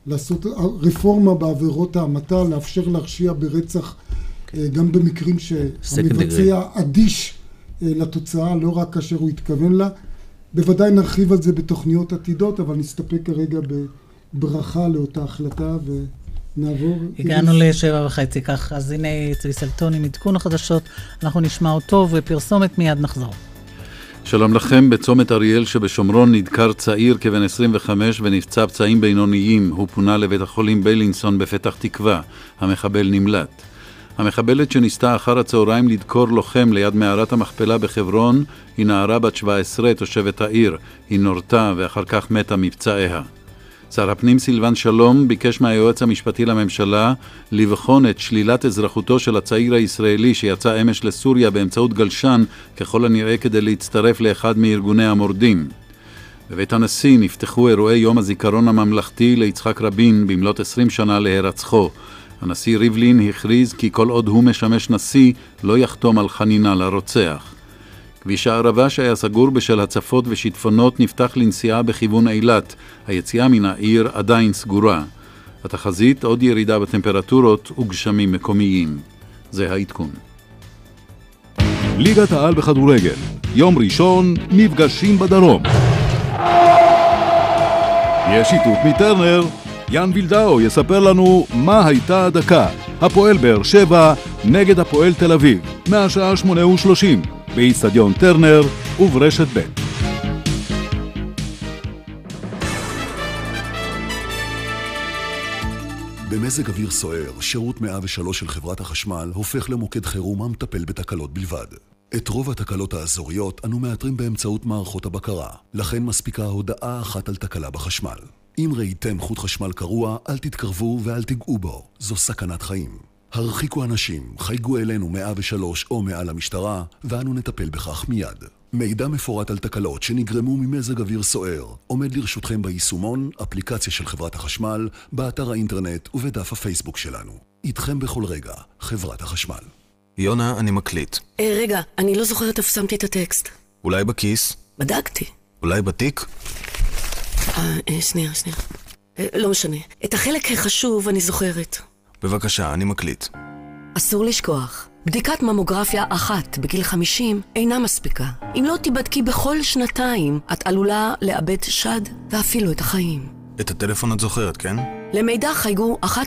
Speaker 6: לעשות רפורמה בעבירות ההמתה, לאפשר להרשיע ברצח גם במקרים שהמבצע אדיש לתוצאה, לא רק כאשר הוא התכוון לה. בוודאי נרחיב על זה בתוכניות עתידות, אבל נסתפק כרגע בברכה לאותה החלטה ונעבור.
Speaker 3: הגענו ל7:30 כך, אז הנה צבי סלטון עם עדכון החדשות, אנחנו נשמע אותו ופרסומת מיד נחזור.
Speaker 1: שלום לכם, בצומת אריאל שבשומרון נדקר צעיר כבן 25 ונפצע פצעים בינוניים. הוא פונה לבית החולים בילינסון בפתח תקווה. המחבל נמלט. המחבלת שניסתה אחר הצהריים לדקור לוחם ליד מערת המכפלה בחברון היא נערה בת 17, תושבת העיר. היא נורתה ואחר כך מתה מפצעיה. שר הפנים סילבן שלום ביקש מהיועץ המשפטי לממשלה לבחון את שלילת אזרחותו של הצעיר הישראלי שיצא אמש לסוריה באמצעות גלשן, ככל הנראה כדי להצטרף לאחד מארגוני המורדים. בבית הנשיא נפתחו אירועי יום הזיכרון הממלכתי ליצחק רבין במלאת 20 שנה להירצחו. הנשיא ריבלין הכריז כי כל עוד הוא משמש נשיא לא יחתום על חנינה לרוצח. כביש הערבה שהיה סגור בשל הצפות ושיטפונות נפתח לנסיעה בכיוון אילת. היציאה מן העיר עדיין סגורה. התחזית עוד ירידה בטמפרטורות וגשמים מקומיים. זה העדכון.
Speaker 5: ליגת העל בכדורגל, יום ראשון, מפגשים בדרום. יש שיתוף מטרנר. יאן וילדאו יספר לנו מה הייתה הדקה. הפועל באר שבע נגד הפועל תל אביב, מהשעה 8:30 באצטדיון טרנר וברשת ב'.
Speaker 10: במזג אוויר סוער, שירות 103 של חברת החשמל הופך למוקד חירום המטפל בתקלות בלבד. את רוב התקלות האזוריות אנו מאתרים באמצעות מערכות הבקרה, לכן מספיקה הודעה אחת על תקלה בחשמל. אם ראיתם חוט חשמל קרוע, אל תתקרבו ואל תיגעו בו, זו סכנת חיים. הרחיקו אנשים, חייגו אלינו 103 או מעל המשטרה, ואנו נטפל בכך מיד. מידע מפורט על תקלות שנגרמו ממזג אוויר סוער עומד לרשותכם ביישומון, אפליקציה של חברת החשמל, באתר האינטרנט ובדף הפייסבוק שלנו. איתכם בכל רגע, חברת החשמל.
Speaker 11: יונה, אני מקליט.
Speaker 12: רגע, אני לא זוכרת איפה שמתי את הטקסט.
Speaker 11: אולי בכיס?
Speaker 12: בדקתי.
Speaker 11: אולי בתיק?
Speaker 12: שנייה. לא משנה. את החלק החשוב אני זוכרת.
Speaker 11: בבקשה, אני מקליט.
Speaker 12: אסור לשכוח. בדיקת ממוגרפיה אחת בגיל 50 אינה מספיקה. אם לא תיבדקי בכל שנתיים, את עלולה לאבד שד ואפילו את החיים.
Speaker 11: את הטלפון את זוכרת, כן?
Speaker 12: למידע חייגו 1-800-599-995.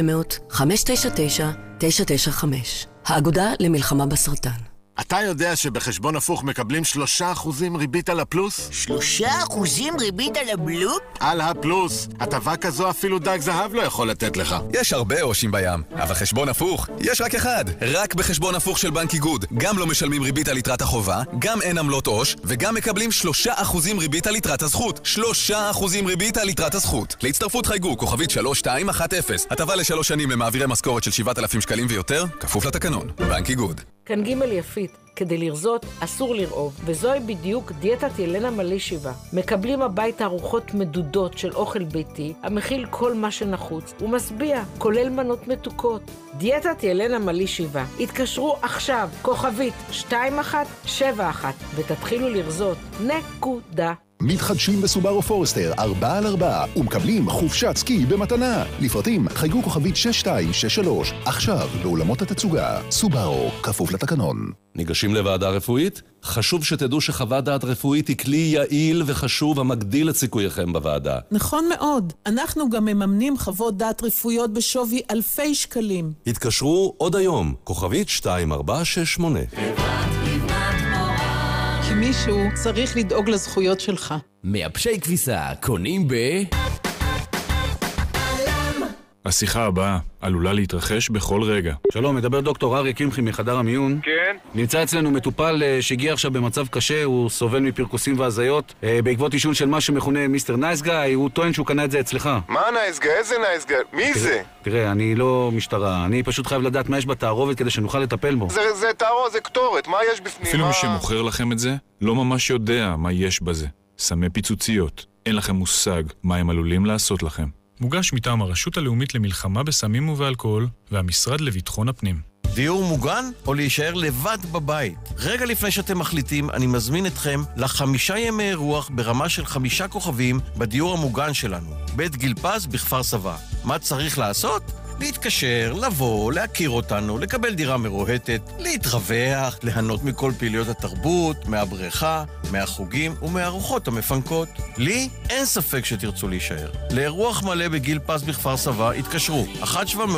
Speaker 12: האגודה למלחמה בסרטן.
Speaker 13: אתה יודע שבחשבון הפוך מקבלים 3% ריבית על הפלוס?
Speaker 14: 3% ריבית על הבלופ?
Speaker 13: על הפלוס. הטבה כזו אפילו דג זהב לא יכול לתת לך.
Speaker 15: יש הרבה אושים בים, אבל חשבון הפוך יש רק אחד. רק בחשבון הפוך של בנק איגוד. גם לא משלמים ריבית על יתרת החובה, גם אין עמלות עו"ש, וגם מקבלים 3% ריבית על יתרת הזכות. 3% ריבית על יתרת הזכות. להצטרפות חייגו, כוכבית 3210. הטבה ל3 שנים למעבירי משכורת של 7,000 שקלים ויותר, כפוף לתקנון. בנק איגוד.
Speaker 16: כאן ג' יפית, כדי לרזות אסור לרעוב, וזוהי בדיוק דיאטת ילנה מלישיבה. מקבלים הביתה ארוחות מדודות של אוכל ביתי, המכיל כל מה שנחוץ, ומשביע, כולל מנות מתוקות. דיאטת ילנה מלישיבה. התקשרו עכשיו, כוכבית 2171, ותתחילו לרזות. נקודה.
Speaker 17: מתחדשים בסובארו פורסטר 4x4 ומקבלים חופשת סקי במתנה. לפרטים חייגו כוכבית 6263. עכשיו באולמות התצוגה. סובארו, כפוף לתקנון.
Speaker 18: ניגשים לוועדה רפואית? חשוב שתדעו שחוות דעת רפואית היא כלי יעיל וחשוב המגדיל את סיכוייכם בוועדה.
Speaker 19: נכון מאוד. אנחנו גם מממנים חוות דעת רפואיות בשווי אלפי שקלים.
Speaker 18: התקשרו עוד היום, כוכבית 2468.
Speaker 19: כי מישהו צריך לדאוג לזכויות שלך.
Speaker 20: מייבשי כביסה קונים ב...
Speaker 21: השיחה הבאה עלולה להתרחש בכל רגע.
Speaker 22: שלום, מדבר דוקטור אריה קמחי מחדר המיון.
Speaker 23: כן?
Speaker 22: נמצא אצלנו מטופל שהגיע עכשיו במצב קשה, הוא סובל מפרקוסים והזיות. בעקבות עישון של מה שמכונה מיסטר נייס גאי, הוא טוען שהוא קנה את זה אצלך.
Speaker 23: מה נייס גאי? איזה נייס גאי? מי זה?
Speaker 22: תראה, אני לא משטרה, אני פשוט חייב לדעת מה יש בתערובת כדי שנוכל לטפל בו.
Speaker 23: זה תערובת, זה כתורת, מה יש בפנים?
Speaker 21: אפילו מי שמוכר לכם את זה לא ממש יודע מה יש בזה. סמי פיצוציות, אין לכם מושג מה הם עלולים לעשות לכם. מוגש מטעם הרשות הלאומית למלחמה בסמים ובאלכוהול והמשרד לביטחון הפנים.
Speaker 2: דיור מוגן או להישאר לבד בבית? רגע לפני שאתם מחליטים, אני מזמין אתכם ל5 ימי אירוח ברמה של 5 כוכבים בדיור המוגן שלנו, בית גיל פז בכפר סבא. מה צריך לעשות? להתקשר, לבוא, להכיר אותנו, לקבל דירה מרוהטת, להתרווח, ליהנות מכל פעילויות התרבות, מהבריכה, מהחוגים ומהארוחות המפנקות. לי אין ספק שתרצו להישאר. לאירוח מלא בגיל פז בכפר סבא התקשרו 1-700-55-70-80.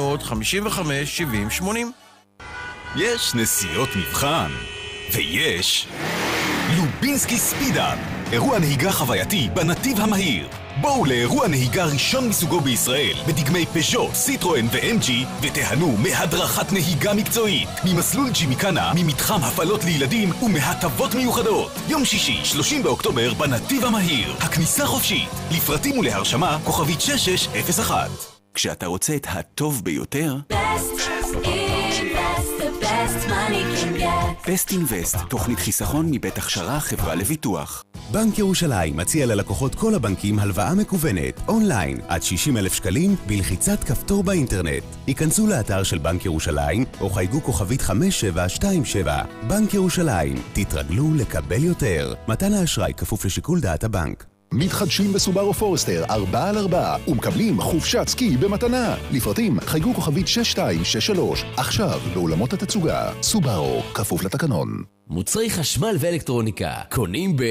Speaker 4: יש נסיעות מבחן, ויש לובינסקי ספידאפ, אירוע נהיגה חווייתי בנתיב המהיר. בואו לאירוע נהיגה ראשון מסוגו בישראל, בדגמי פז'ו, סיטרואן ו-MG, ותיהנו מהדרכת נהיגה מקצועית, ממסלול ג'ימיקנה, ממתחם הפעלות לילדים ומהטבות מיוחדות. יום שישי, 30 באוקטובר, בנתיב המהיר. הכניסה חופשית. לפרטים ולהרשמה, כוכבית 6601. כשאתה רוצה את הטוב ביותר, Best Invest, תוכנית חיסכון מבית הכשרה חברה לביטוח.
Speaker 8: בנק ירושלים מציע ללקוחות כל הבנקים הלוואה מקוונת, אונליין, עד 60,000 שקלים, בלחיצת כפתור באינטרנט. היכנסו לאתר של בנק ירושלים, או חייגו כוכבית 5727. בנק ירושלים, תתרגלו לקבל יותר. מתן האשראי כפוף לשיקול דעת הבנק.
Speaker 17: מתחדשים בסובארו פורסטר 4x4 ומקבלים חופשת סקי במתנה. לפרטים חייגו כוכבית 6263. עכשיו באולמות התצוגה. סובארו, כפוף לתקנון.
Speaker 20: מוצרי חשמל ואלקטרוניקה קונים ב...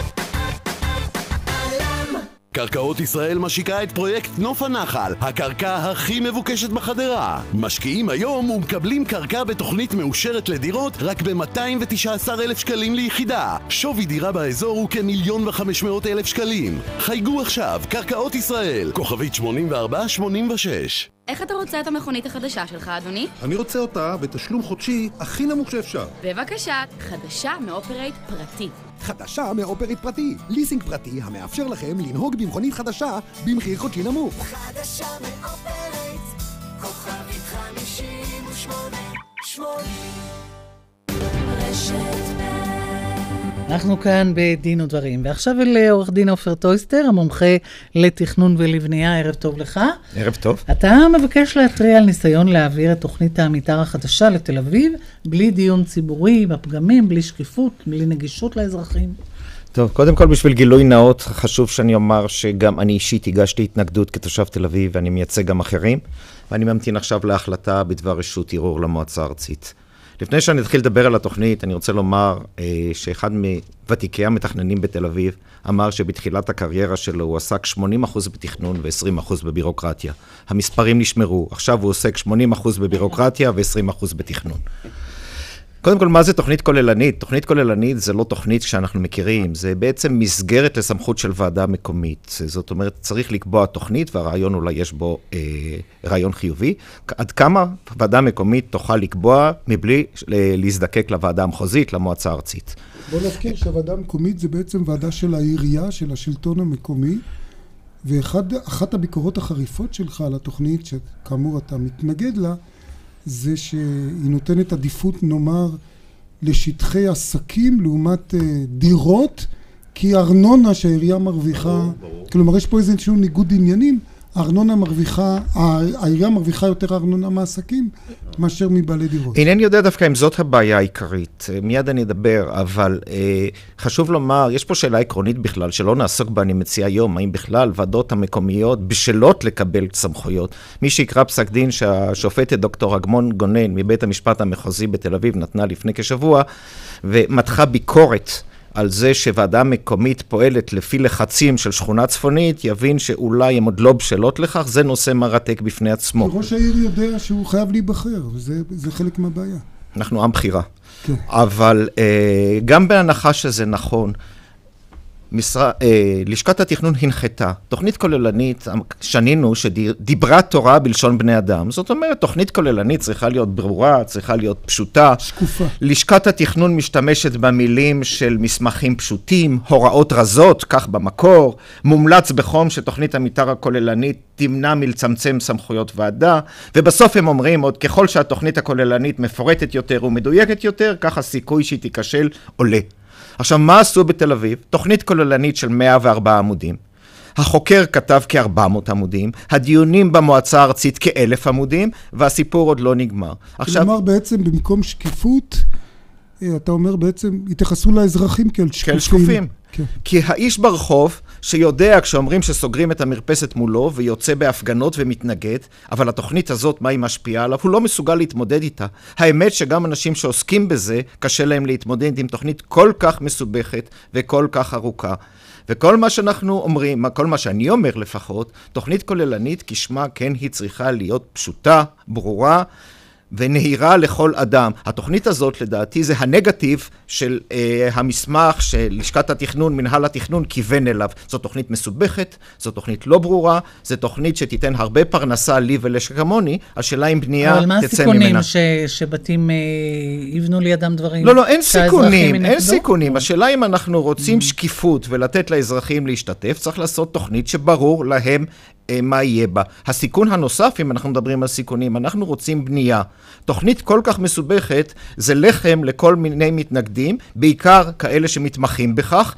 Speaker 24: קרקעות ישראל משיקה את פרויקט נוף הנחל, הקרקע הכי מבוקשת בחדרה. משקיעים היום ומקבלים קרקע בתוכנית מאושרת לדירות רק ב-219,000 שקלים ליחידה. שווי דירה באזור הוא כ1,500,000 שקלים. חייגו עכשיו, קרקעות ישראל, כוכבית 8486.
Speaker 25: איך אתה רוצה את המכונית החדשה שלך, אדוני?
Speaker 26: אני רוצה אותה בתשלום חודשי הכי נמוך שאפשר.
Speaker 25: בבקשה, חדשה מאופרייט פרטי.
Speaker 27: חדשה מאופרייט פרטי, ליסינג פרטי המאפשר לכם לנהוג במכונית חדשה במחיר חודשי נמוך.
Speaker 28: חדשה מאופרייט, כוכבית 5880. רשת
Speaker 3: אנחנו כאן בדין ודברים, ועכשיו אל עורך דין עופר טויסטר, המומחה לתכנון ולבנייה. ערב טוב לך.
Speaker 29: ערב טוב.
Speaker 3: אתה מבקש להתריע על ניסיון להעביר את תוכנית המתאר החדשה לתל אביב, בלי דיון ציבורי, בפגמים, בלי שקיפות, בלי נגישות לאזרחים.
Speaker 29: טוב, קודם כל בשביל גילוי נאות, חשוב שאני אומר שגם אני אישית הגשתי התנגדות כתושב תל אביב, ואני מייצג גם אחרים, ואני ממתין עכשיו להחלטה בדבר רשות ערעור למועצה הארצית. לפני שאני אתחיל לדבר על התוכנית, אני רוצה לומר שאחד מוותיקי המתכננים בתל אביב אמר שבתחילת הקריירה שלו הוא עסק 80% בתכנון ו-20% בבירוקרטיה. המספרים נשמרו, עכשיו הוא עוסק 80% בבירוקרטיה ו-20% בתכנון. קודם כל, מה זה תוכנית כוללנית? תוכנית כוללנית זה לא תוכנית שאנחנו מכירים, זה בעצם מסגרת לסמכות של ועדה מקומית. זאת אומרת, צריך לקבוע תוכנית, והרעיון אולי יש בו רעיון חיובי. עד כמה ועדה מקומית תוכל לקבוע מבלי להזדקק לוועדה המחוזית, למועצה הארצית.
Speaker 6: בוא נזכיר שהוועדה המקומית זה בעצם ועדה של העירייה, של השלטון המקומי, ואחת הביקורות החריפות שלך על התוכנית, שכאמור אתה מתנגד לה, זה שהיא נותנת עדיפות, נאמר, לשטחי עסקים לעומת דירות, כי ארנונה שהעירייה מרוויחה, כלומר יש פה איזשהו ניגוד עניינים, העירייה מרוויחה יותר ארנונה מעסקים מאשר מבעלי דירות.
Speaker 29: אינני יודע דווקא אם זאת הבעיה העיקרית, מיד אני אדבר, אבל חשוב לומר, יש פה שאלה עקרונית בכלל, שלא נעסוק בה, אני מציע היום, האם בכלל ועדות המקומיות בשלות לקבל סמכויות. מי שיקרא פסק דין שהשופטת דוקטור אגמון גונן מבית המשפט המחוזי בתל אביב נתנה לפני כשבוע, ומתחה ביקורת על זה שוועדה מקומית פועלת לפי לחצים של שכונה צפונית, יבין שאולי הם עוד לא בשלות לכך, זה נושא מרתק בפני עצמו.
Speaker 6: ראש העיר יודע שהוא חייב להיבחר, וזה חלק מהבעיה.
Speaker 29: אנחנו עם בחירה.
Speaker 6: כן.
Speaker 29: אבל גם בהנחה שזה נכון, לשכת התכנון הנחתה, תוכנית כוללנית, שנינו שדיברה תורה בלשון בני אדם, זאת אומרת, תוכנית כוללנית צריכה להיות ברורה, צריכה להיות פשוטה.
Speaker 6: שקופה.
Speaker 29: לשכת התכנון משתמשת במילים של מסמכים פשוטים, הוראות רזות, כך במקור, מומלץ בחום שתוכנית המתאר הכוללנית תמנע מלצמצם סמכויות ועדה, ובסוף הם אומרים עוד ככל שהתוכנית הכוללנית מפורטת יותר ומדויקת יותר, כך הסיכוי שהיא תיכשל עולה. עכשיו, מה עשו בתל אביב? תוכנית כוללנית של 104 עמודים. החוקר כתב כ-400 עמודים, הדיונים במועצה הארצית כ-1,000 עמודים, והסיפור עוד לא נגמר.
Speaker 6: כלומר בעצם במקום שקיפות, אתה אומר בעצם, התייחסו לאזרחים כאל שקופים.
Speaker 29: כאל שקופים.
Speaker 6: כן.
Speaker 29: כי האיש ברחוב שיודע כשאומרים שסוגרים את המרפסת מולו ויוצא בהפגנות ומתנגד, אבל התוכנית הזאת, מה היא משפיעה עליו, הוא לא מסוגל להתמודד איתה. האמת שגם אנשים שעוסקים בזה, קשה להם להתמודד עם תוכנית כל כך מסובכת וכל כך ארוכה. וכל מה שאנחנו אומרים, כל מה שאני אומר לפחות, תוכנית כוללנית כשמה כן היא צריכה להיות פשוטה, ברורה, ונהירה לכל אדם. התוכנית הזאת לדעתי זה הנגטיב של המסמך של לשכת התכנון, מנהל התכנון כיוון אליו. זו תוכנית מסובכת, זו תוכנית לא ברורה, זו תוכנית שתיתן הרבה פרנסה לי ולשכמוני, השאלה אם בנייה תצא ממנה.
Speaker 3: אבל מה הסיכונים שבתים יבנו לידם דברים?
Speaker 29: לא, אין סיכונים, אין סיכונים. השאלה אם אנחנו רוצים שקיפות ולתת לאזרחים להשתתף, צריך לעשות תוכנית שברור להם מה יהיה בה. הסיכון הנוסף, אם אנחנו מדברים על סיכונים, אנחנו רוצים בנייה. תוכנית כל כך מסובכת, זה לחם לכל מיני מתנגדים, בעיקר כאלה שמתמחים בכך,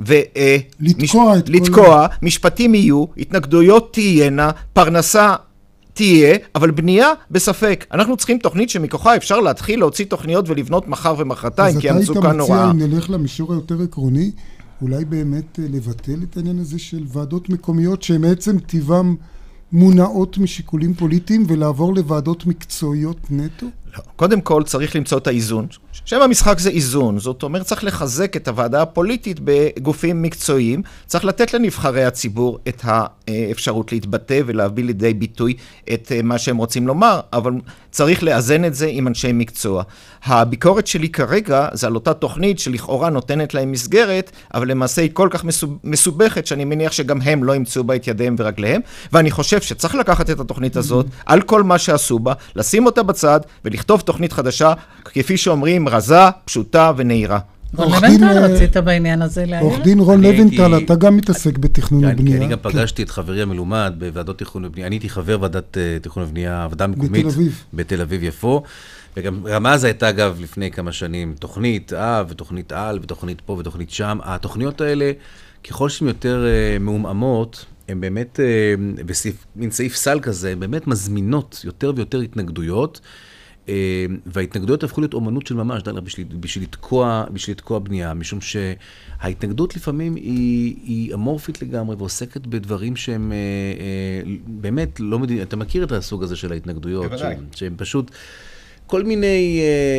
Speaker 29: לתקוע, משפטים יהיו, התנגדויות תהיינה, פרנסה תהיה, אבל בנייה בספק. אנחנו צריכים תוכנית שמכוחה אפשר להתחיל להוציא תוכניות ולבנות מחר ומחרתיים, כי המצוקה נוראה.
Speaker 6: אז אתה היית מציע, אם נלך למישור היותר עקרוני, אולי באמת לבטל את העניין הזה של ועדות מקומיות שהן בעצם טבעם מונעות משיקולים פוליטיים ולעבור לוועדות מקצועיות נטו?
Speaker 29: לא. קודם כל צריך למצוא את האיזון. שם המשחק זה איזון. זאת אומרת, צריך לחזק את הוועדה הפוליטית בגופים מקצועיים. צריך לתת לנבחרי הציבור את האפשרות להתבטא ולהביא לידי ביטוי את מה שהם רוצים לומר, אבל צריך לאזן את זה עם אנשי מקצוע. הביקורת שלי כרגע זה על אותה תוכנית שלכאורה נותנת להם מסגרת, אבל למעשה היא כל כך מסובכת שאני מניח שגם הם לא ימצאו בה את ידיהם ורגליהם, ואני חושב שצריך לקחת את התוכנית הזאת על כל מה שעשו בה, לשים אותה בצד ולכתוב תוכנית חדשה, כפי שאומרים, רזה, פשוטה ונהירה.
Speaker 3: רון לבנטל, רצית בעניין הזה להעיר?
Speaker 6: עורך דין רון לבנטל, אתה גם מתעסק בתכנון ובנייה.
Speaker 1: אני גם פגשתי את חברי המלומד בוועדות תכנון ובנייה. אני הייתי חבר ועדת תכנון ובנייה, ועדה מקומית. בתל אביב יפו. וגם רמז הייתה אגב לפני כמה שנים תוכנית אב ותוכנית על ותוכנית פה ותוכנית שם. התוכניות האלה, ככל שהן יותר מאוממות, הן באמת, מין סעיף סל כזה, הן באמת מזמינות יותר ויותר התנגדויות, וההתנגדויות הפכו להיות אומנות של ממש, בשביל לתקוע בנייה, משום שההתנגדות לפעמים היא אמורפית לגמרי, ועוסקת בדברים שהם באמת לא מדינים. אתה מכיר את הסוג הזה של ההתנגדויות, שהם פשוט כל מיני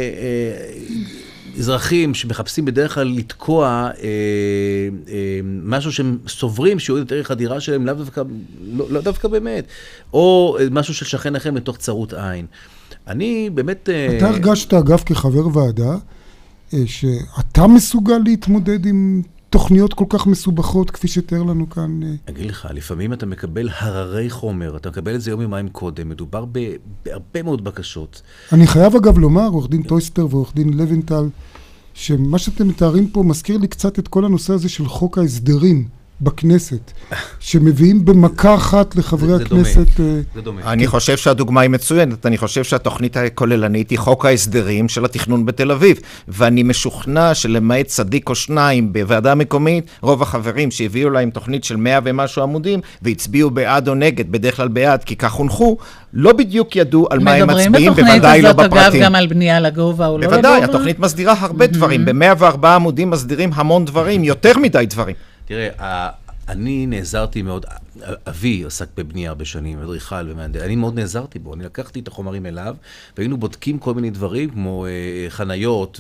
Speaker 1: אזרחים שמחפשים בדרך כלל לתקוע משהו שהם סוברים שיוריד את ערך הדירה שלהם, לא דווקא באמת, או משהו של שכן אחר מתוך צרות עין. אני באמת...
Speaker 6: אתה הרגשת אגב כחבר ועדה, שאתה מסוגל להתמודד עם תוכניות כל כך מסובכות, כפי שתאר לנו כאן?
Speaker 1: אגיד לך, לפעמים אתה מקבל הררי חומר, אתה מקבל את זה יום יומיים קודם, מדובר בהרבה מאוד בקשות.
Speaker 6: אני חייב אגב לומר, עורך דין טויסטר ועורך דין לבנטל, שמה שאתם מתארים פה מזכיר לי קצת את כל הנושא הזה של חוק ההסדרים בכנסת, שמביאים במכה אחת לחברי הכנסת.
Speaker 1: זה דומה.
Speaker 29: אני חושב שהדוגמה היא מצוינת, אני חושב שהתוכנית הכוללנית היא חוק ההסדרים של התכנון בתל אביב, ואני משוכנע שלמעט צדיק או שניים בוועדה המקומית, רוב החברים שהביאו להם תוכנית של 100 ומשהו עמודים, והצביעו בעד או נגד, בדרך כלל בעד, כי כך הונחו, לא בדיוק ידעו על מה הם מצביעים, בוודאי לא בפרטים. מדברים בתוכנית הזאת, אגב,
Speaker 3: גם על בנייה לגובה או לא לגובה?
Speaker 29: בוודאי, התוכנית מסדירה הרבה דברים, ב-104 עמודים מסדירים המון דברים, יותר מדי דברים.
Speaker 1: תראה, אני נעזרתי מאוד, אבי עסק בבנייה הרבה שנים, אדריכל ומהנדס, אני מאוד נעזרתי בו, אני לקחתי את החומרים אליו, והיינו בודקים כל מיני דברים, כמו חניות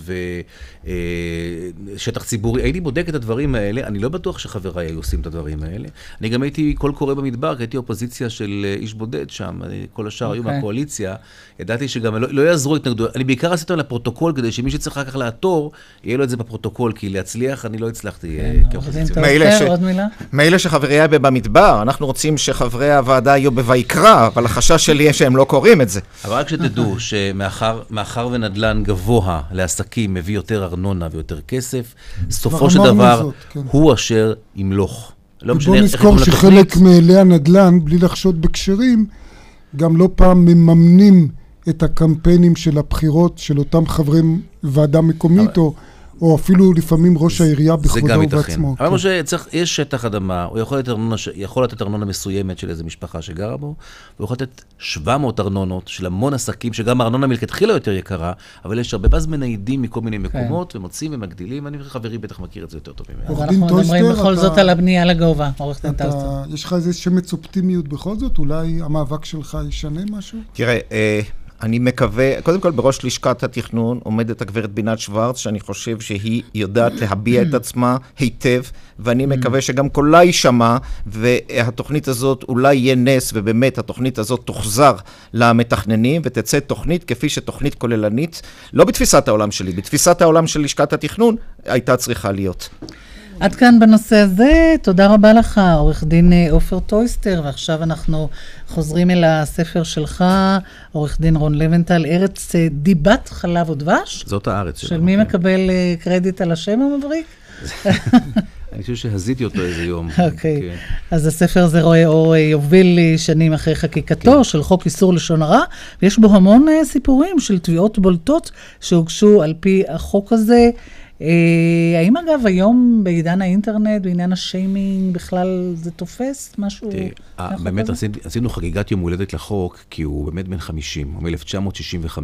Speaker 1: ושטח ציבורי, הייתי בודק את הדברים האלה, אני לא בטוח שחבריי היו עושים את הדברים האלה, אני גם הייתי קול קורא במדבר, כי הייתי אופוזיציה של איש בודד שם, כל השאר היו מהקואליציה, ידעתי שגם לא יעזרו התנגדויות, אני בעיקר עשיתם לפרוטוקול, כדי שמי שצריך אחר כך לעתור, יהיה לו את זה בפרוטוקול, כי להצליח אני לא הצלחתי כאופוזיציה.
Speaker 29: מילא שחברי היה במדבר, אנחנו רוצים שחברי הוועדה יהיו בויקרא, אבל החשש שלי שהם לא קוראים את זה.
Speaker 1: אבל רק שתדעו שמאחר ונדלן גבוה לעסקים מביא יותר ארנונה ויותר כסף, סופו של דבר הוא אשר ימלוך.
Speaker 6: בוא נזכור שחלק מאלי הנדלן, בלי לחשוד בקשרים, גם לא פעם מממנים את הקמפיינים של הבחירות של אותם חברי ועדה מקומית או אפילו לפעמים ראש העירייה בכבודו ובעצמו.
Speaker 1: אבל משה, יש שטח אדמה, הוא יכול לתת ארנונה מסוימת של איזו משפחה שגרה בו, הוא יכול לתת 700 ארנונות של המון עסקים, שגם הארנונה מלכתחילה יותר יקרה, אבל יש הרבה באז מניידים מכל מיני מקומות, ומוצאים ומגדילים, ואני חברי בטח מכיר את זה יותר טוב ממנו.
Speaker 3: אנחנו מדברים בכל זאת על הבנייה לגובה, עורך דין טויסטר.
Speaker 6: יש לך איזה שמץ אופטימיות בכל זאת? אולי המאבק שלך ישנה משהו?
Speaker 29: תראה, אני מקווה, קודם כל בראש לשכת התכנון עומדת הגברת בינת שוורץ, שאני חושב שהיא יודעת להביע את עצמה היטב, ואני מקווה שגם קולה יישמע, והתוכנית הזאת אולי יהיה נס, ובאמת התוכנית הזאת תוחזר למתכננים, ותצא תוכנית כפי שתוכנית כוללנית, לא בתפיסת העולם שלי, בתפיסת העולם של לשכת התכנון, הייתה צריכה להיות.
Speaker 3: עד כאן בנושא הזה, תודה רבה לך, עורך דין עופר טויסטר, ועכשיו אנחנו חוזרים אל הספר שלך, עורך דין רון לבנטל, ארץ דיבת חלב ודבש.
Speaker 1: זאת הארץ שלנו.
Speaker 3: של מי מקבל קרדיט על השם המבריק?
Speaker 1: אני חושב שהזיתי אותו איזה יום.
Speaker 3: אוקיי, אז הספר הזה רואה אור יוביל שנים אחרי חקיקתו של חוק איסור לשון הרע, ויש בו המון סיפורים של תביעות בולטות שהוגשו על פי החוק הזה. האם אגב היום בעידן האינטרנט, בעניין השיימינג, בכלל זה תופס משהו?
Speaker 1: באמת עשינו חגיגת יום הולדת לחוק, כי הוא באמת בן 50, הוא מ-1965.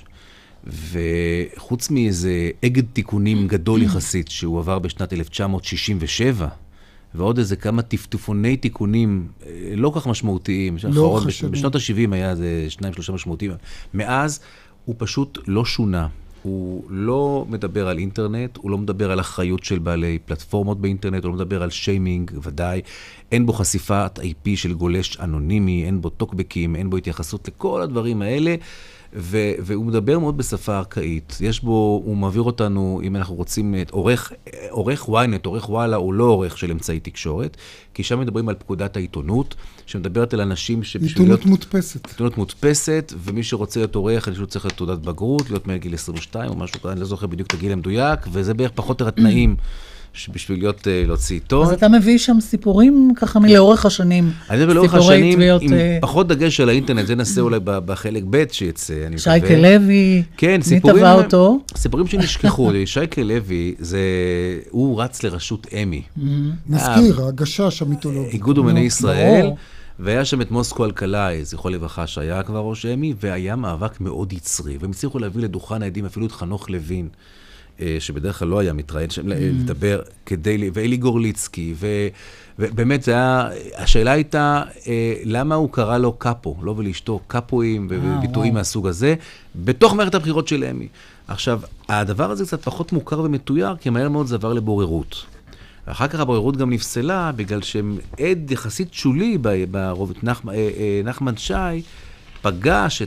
Speaker 1: וחוץ מאיזה אגד תיקונים גדול יחסית, שהוא עבר בשנת 1967, ועוד איזה כמה טפטופוני תיקונים לא כך משמעותיים, בשנות ה-70 היה איזה 2-3 משמעותיים, מאז הוא פשוט לא שונה. הוא לא מדבר על אינטרנט, הוא לא מדבר על אחריות של בעלי פלטפורמות באינטרנט, הוא לא מדבר על שיימינג, ודאי. אין בו חשיפת IP של גולש אנונימי, אין בו טוקבקים, אין בו התייחסות לכל הדברים האלה, והוא מדבר מאוד בשפה ארכאית. יש בו, הוא מעביר אותנו, אם אנחנו רוצים, עורך ynet, עורך וואלה, הוא לא עורך של אמצעי תקשורת, כי שם מדברים על פקודת העיתונות, שמדברת על אנשים
Speaker 6: עיתונות מודפסת.
Speaker 1: עיתונות מודפסת, ומי שרוצה להיות עורך, אני חושב צריך להיות תעודת בגרות, להיות מגיל 22 או משהו כזה, אני לא זוכר בדיוק את הגיל המדויק, וזה בערך פחות התנאים בשביל להוציא עיתון.
Speaker 3: אז אתה מביא שם סיפורים ככה מלאורך השנים.
Speaker 1: אני מביא לאורך השנים, עם פחות דגש על האינטרנט, זה נעשה אולי בחלק ב' שיצא.
Speaker 3: שייקה לוי, מי טבע אותו?
Speaker 1: סיפורים שנשכחו. שייקה לוי, הוא רץ לרשות אמי.
Speaker 6: נזכיר, הגשש המיתולוגי.
Speaker 1: איגוד אומני ישראל, והיה שם את מוסקו אלקלעי, זכרו לברכה, שהיה כבר ראש אמי, והיה מאבק מאוד יצרי, והם הצליחו להביא לדוכן העדים אפילו את חנוך לוין, שבדרך כלל לא היה מתראיין לדבר ואלי גורליצקי, ובאמת השאלה הייתה, למה הוא קרא לו קאפו, לא ולאשתו קאפואים וביטויים מהסוג הזה, בתוך מערכת הבחירות של אמי. עכשיו, הדבר הזה קצת פחות מוכר ומתויר, כי מהר מאוד זה עבר לבוררות. ואחר כך הבוררות גם נפסלה, בגלל שהם עד יחסית שולי ברובד, נחמן שי, פגש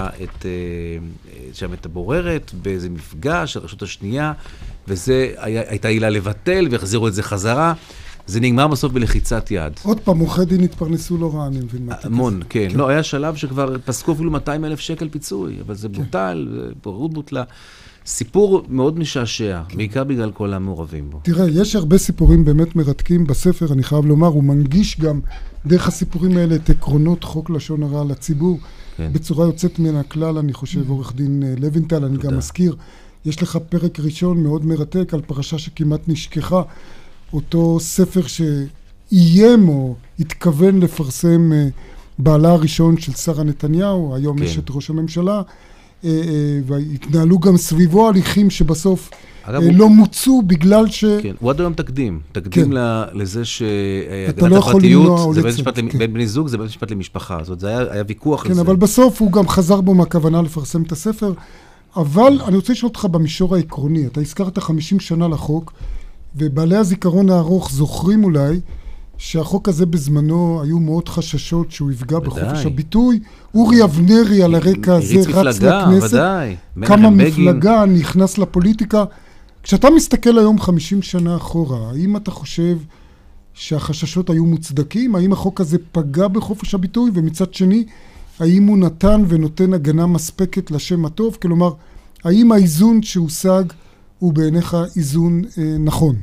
Speaker 1: שם את הבוררת באיזה מפגש של הרשות השנייה, וזה הייתה עילה לבטל, והחזירו את זה חזרה. זה נגמר בסוף בלחיצת יד.
Speaker 6: עוד פעם, עורכי דין התפרנסו לא רע, אני מבין מה.
Speaker 1: המון, כן. לא, היה שלב שכבר פסקו אפילו 200,000 שקל פיצוי, אבל זה בוטל, בוררות בוטלה. סיפור מאוד משעשע, בעיקר בגלל כל המעורבים בו.
Speaker 6: תראה, יש הרבה סיפורים באמת מרתקים בספר, אני חייב לומר, הוא מנגיש גם דרך הסיפורים האלה את עקרונות חוק לשון הרע לציבור, בצורה יוצאת מן הכלל, אני חושב, עורך דין לבנטל, אני גם מזכיר, יש לך פרק ראשון מאוד מרתק על פרשה שכמעט נשכחה, אותו ספר שאיים או התכוון לפרסם בעלה הראשון של שרה נתניהו, היום אשת ראש הממשלה, והתנהלו גם סביבו הליכים שבסוף לא מוצאו בגלל ש...
Speaker 1: כן, הוא עד היום תקדים לזה שהגנת הפרטיות, זה בין בני זוג, זה בין משפט למשפחה, זאת אומרת, זה היה ויכוח על זה.
Speaker 6: כן, אבל בסוף הוא גם חזר בו מהכוונה לפרסם את הספר, אבל אני רוצה לשאול אותך במישור העקרוני, אתה הזכרת 50 שנה לחוק, ובעלי הזיכרון הארוך זוכרים אולי, שהחוק הזה בזמנו היו מאוד חששות שהוא יפגע בחופש הביטוי. אורי אבנרי על הרקע הזה רץ לכנסת. כמה מפלגה נכנס לפוליטיקה. כשאתה מסתכל היום 50 שנה אחורה, האם אתה חושב שהחששות היו מוצדקים? האם החוק הזה פגע בחופש הביטוי? ומצד שני, האם הוא נתן ונותן הגנה מספקת לשם הטוב? כלומר, האם האיזון שהושג הוא בעיניך איזון נכון?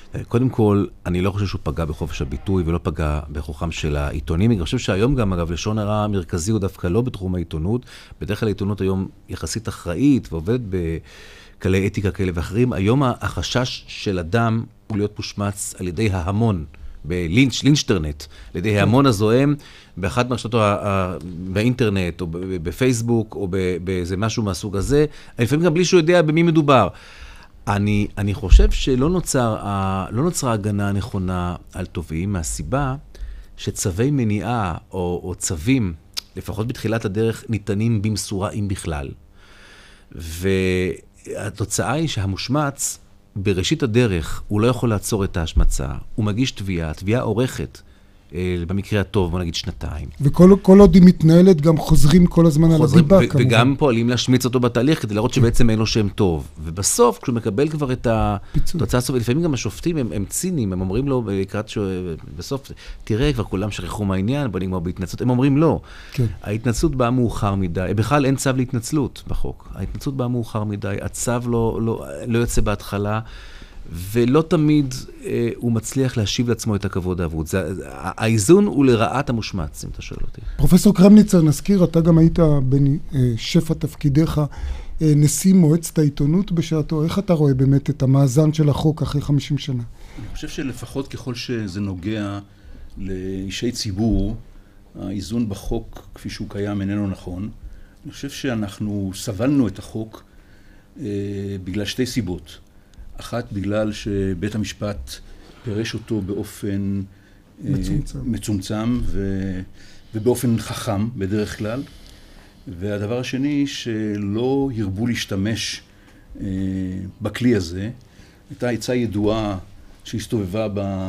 Speaker 1: קודם כל, אני לא חושב שהוא פגע בחופש הביטוי ולא פגע בכוחם של העיתונים. אני חושב שהיום גם, אגב, לשון הרע המרכזי הוא דווקא לא בתחום העיתונות. בדרך כלל העיתונות היום יחסית אחראית ועובדת בכלי אתיקה כאלה ואחרים. היום החשש של אדם הוא להיות מושמץ על ידי ההמון, לינצ'טרנט, על ידי ההמון הזוהם, באחת מהרשתות באינטרנט, או בפייסבוק, או באיזה משהו מהסוג הזה, לפעמים גם בלי שהוא יודע במי מדובר. אני חושב שלא נוצרה הגנה נכונה על תובעים, מהסיבה שצווי מניעה או צווים, לפחות בתחילת הדרך, ניתנים במשורה אם בכלל. והתוצאה היא שהמושמץ, בראשית הדרך, הוא לא יכול לעצור את ההשמצה. הוא מגיש תביעה עורכת, במקרה הטוב, בוא נגיד 2.
Speaker 6: וכל עוד היא מתנהלת, גם חוזרים כל הזמן על הדיבה, כמובן.
Speaker 1: וגם פועלים להשמיץ אותו בתהליך, כדי לראות שבעצם אין לו שם טוב. ובסוף, כשהוא מקבל כבר את התוצאה הסופית, לפעמים גם השופטים הם ציניים, הם אומרים לו, בסוף, תראה, כבר כולם שכחו מהעניין, בוא נגמר בהתנצלות. הם אומרים לא. ההתנצלות באה מאוחר מדי. בכלל אין צו להתנצלות בחוק. ההתנצלות באה מאוחר מדי. הצו לא יוצא בהתחלה. ולא תמיד הוא מצליח להשיב לעצמו את הכבוד האבוד. האיזון הוא לרעת המושמץ, אם אתה שואל אותי.
Speaker 6: פרופסור קרמניצר, נזכיר, אתה גם היית בשפע תפקידיך נשיא מועצת העיתונות בשעתו. איך אתה רואה באמת את המאזן של החוק אחרי 50 שנה?
Speaker 26: אני חושב שלפחות ככל שזה נוגע לאישי ציבור, האיזון בחוק כפי שהוא קיים איננו נכון. אני חושב שאנחנו סבלנו את החוק בגלל 2 סיבות. אחת, בגלל שבית המשפט פירש אותו באופן מצומצם ובאופן חכם בדרך כלל. והדבר השני, שלא ירבו להשתמש בכלי הזה. הייתה עצה ידועה שהסתובבה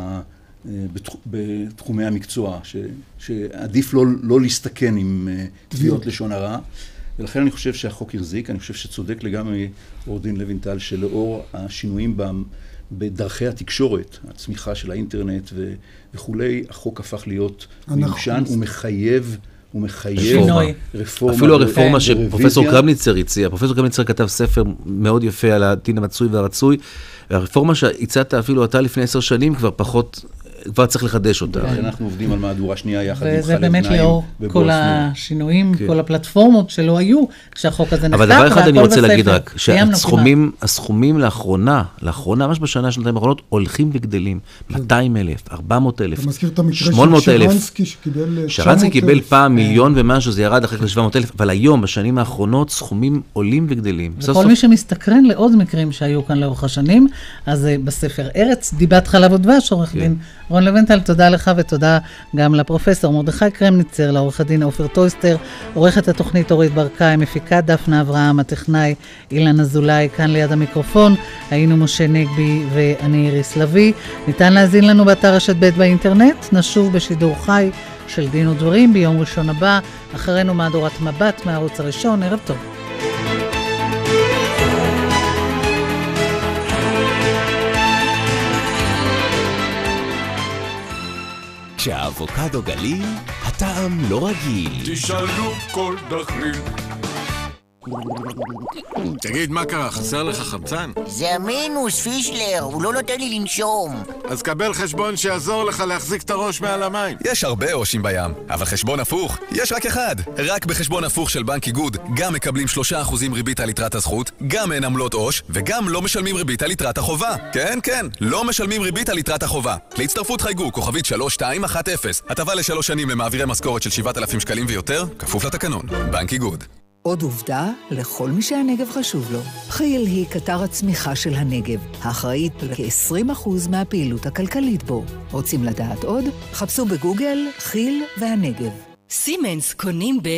Speaker 26: בתחומי המקצוע, שעדיף לא להסתכן עם תביעות לשון הרע. ולכן אני חושב שהחוק יחזיק, אני חושב שצודק לגמרי עורך דין לוינטל, שלאור השינויים בדרכי התקשורת, הצמיחה של האינטרנט וכולי, החוק הפך להיות מיושן, הוא מחייב רפורמה.
Speaker 1: אפילו הרפורמה שפרופסור קרמניצר הציע, פרופסור קרמניצר כתב ספר מאוד יפה על הדין המצוי והרצוי, והרפורמה שהצעת אפילו אתה לפני 10 שנים כבר צריך לחדש אותה.
Speaker 26: לכן אנחנו עובדים על מהדורה שנייה יחד עם
Speaker 3: וזה באמת לאור כל השינויים, כל הפלטפורמות שלא היו כשהחוק הזה נחקק.
Speaker 1: אבל דבר אחד אני רוצה להגיד רק, שהסכומים לאחרונה, ממש בשנה, שנתיים האחרונות, הולכים וגדלים. 200,000, 400,000, 800,000.
Speaker 6: אתה מזכיר את המקרה של שרנסקי שקיבל 900,000.
Speaker 1: שרנסקי קיבל פעם 1,000,000 ומשהו, זה ירד אחרי 700,000, אבל היום, בשנים האחרונות, סכומים עולים וגדלים.
Speaker 3: וכל מי שמסתקרן לעוד מקרים שהיו כאן לאורך השנים, אז בספר ארץ, דיבת חלב ודבש, עורך דין רון לוינטל, תודה לך ותודה גם לפרופסור מרדכי קרמניצר, לעורך הדין עופר טויסטר, עורכת התוכנית אורית ברקאי, מפיקה דפנה אברהם, הטכנאי אילן אזולאי, כאן ליד המיקרופון, היינו משה נגבי ואני איריס לוי. ניתן להזין לנו באתר רשת ב' באינטרנט, נשוב בשידור חי של דין ודברים ביום ראשון הבא, אחרינו מהדורת מבט מהערוץ הראשון. ערב טוב.
Speaker 8: כשהאבוקדו גליל, הטעם לא רגיל.
Speaker 21: תשאלו כל דחליל. תגיד, מה קרה? חסר לך חמצן?
Speaker 5: זה המינוס, פישלר, הוא לא נותן לי לנשום.
Speaker 21: אז קבל חשבון שיעזור לך להחזיק את הראש מעל המים.
Speaker 7: יש הרבה ראשים בים, אבל חשבון הפוך, יש רק אחד. רק בחשבון הפוך של בנק איגוד, גם מקבלים 3% ריבית על יתרת הזכות, גם אין עמלות עו"ש, וגם לא משלמים ריבית על יתרת החובה. כן, לא משלמים ריבית על יתרת החובה. להצטרפות חייגו, כוכבית 3210. הטבה ל3 שנים למעבירי משכורת של 7,000 שקלים ויותר, כפוף לתקנון. בנק איגוד.
Speaker 9: עוד עובדה, לכל מי שהנגב חשוב לו. כי"ל היא קטר הצמיחה של הנגב, האחראית לכ-20% מהפעילות הכלכלית בו. רוצים לדעת עוד? חפשו בגוגל, כי"ל והנגב.
Speaker 28: סימנס קונים ב...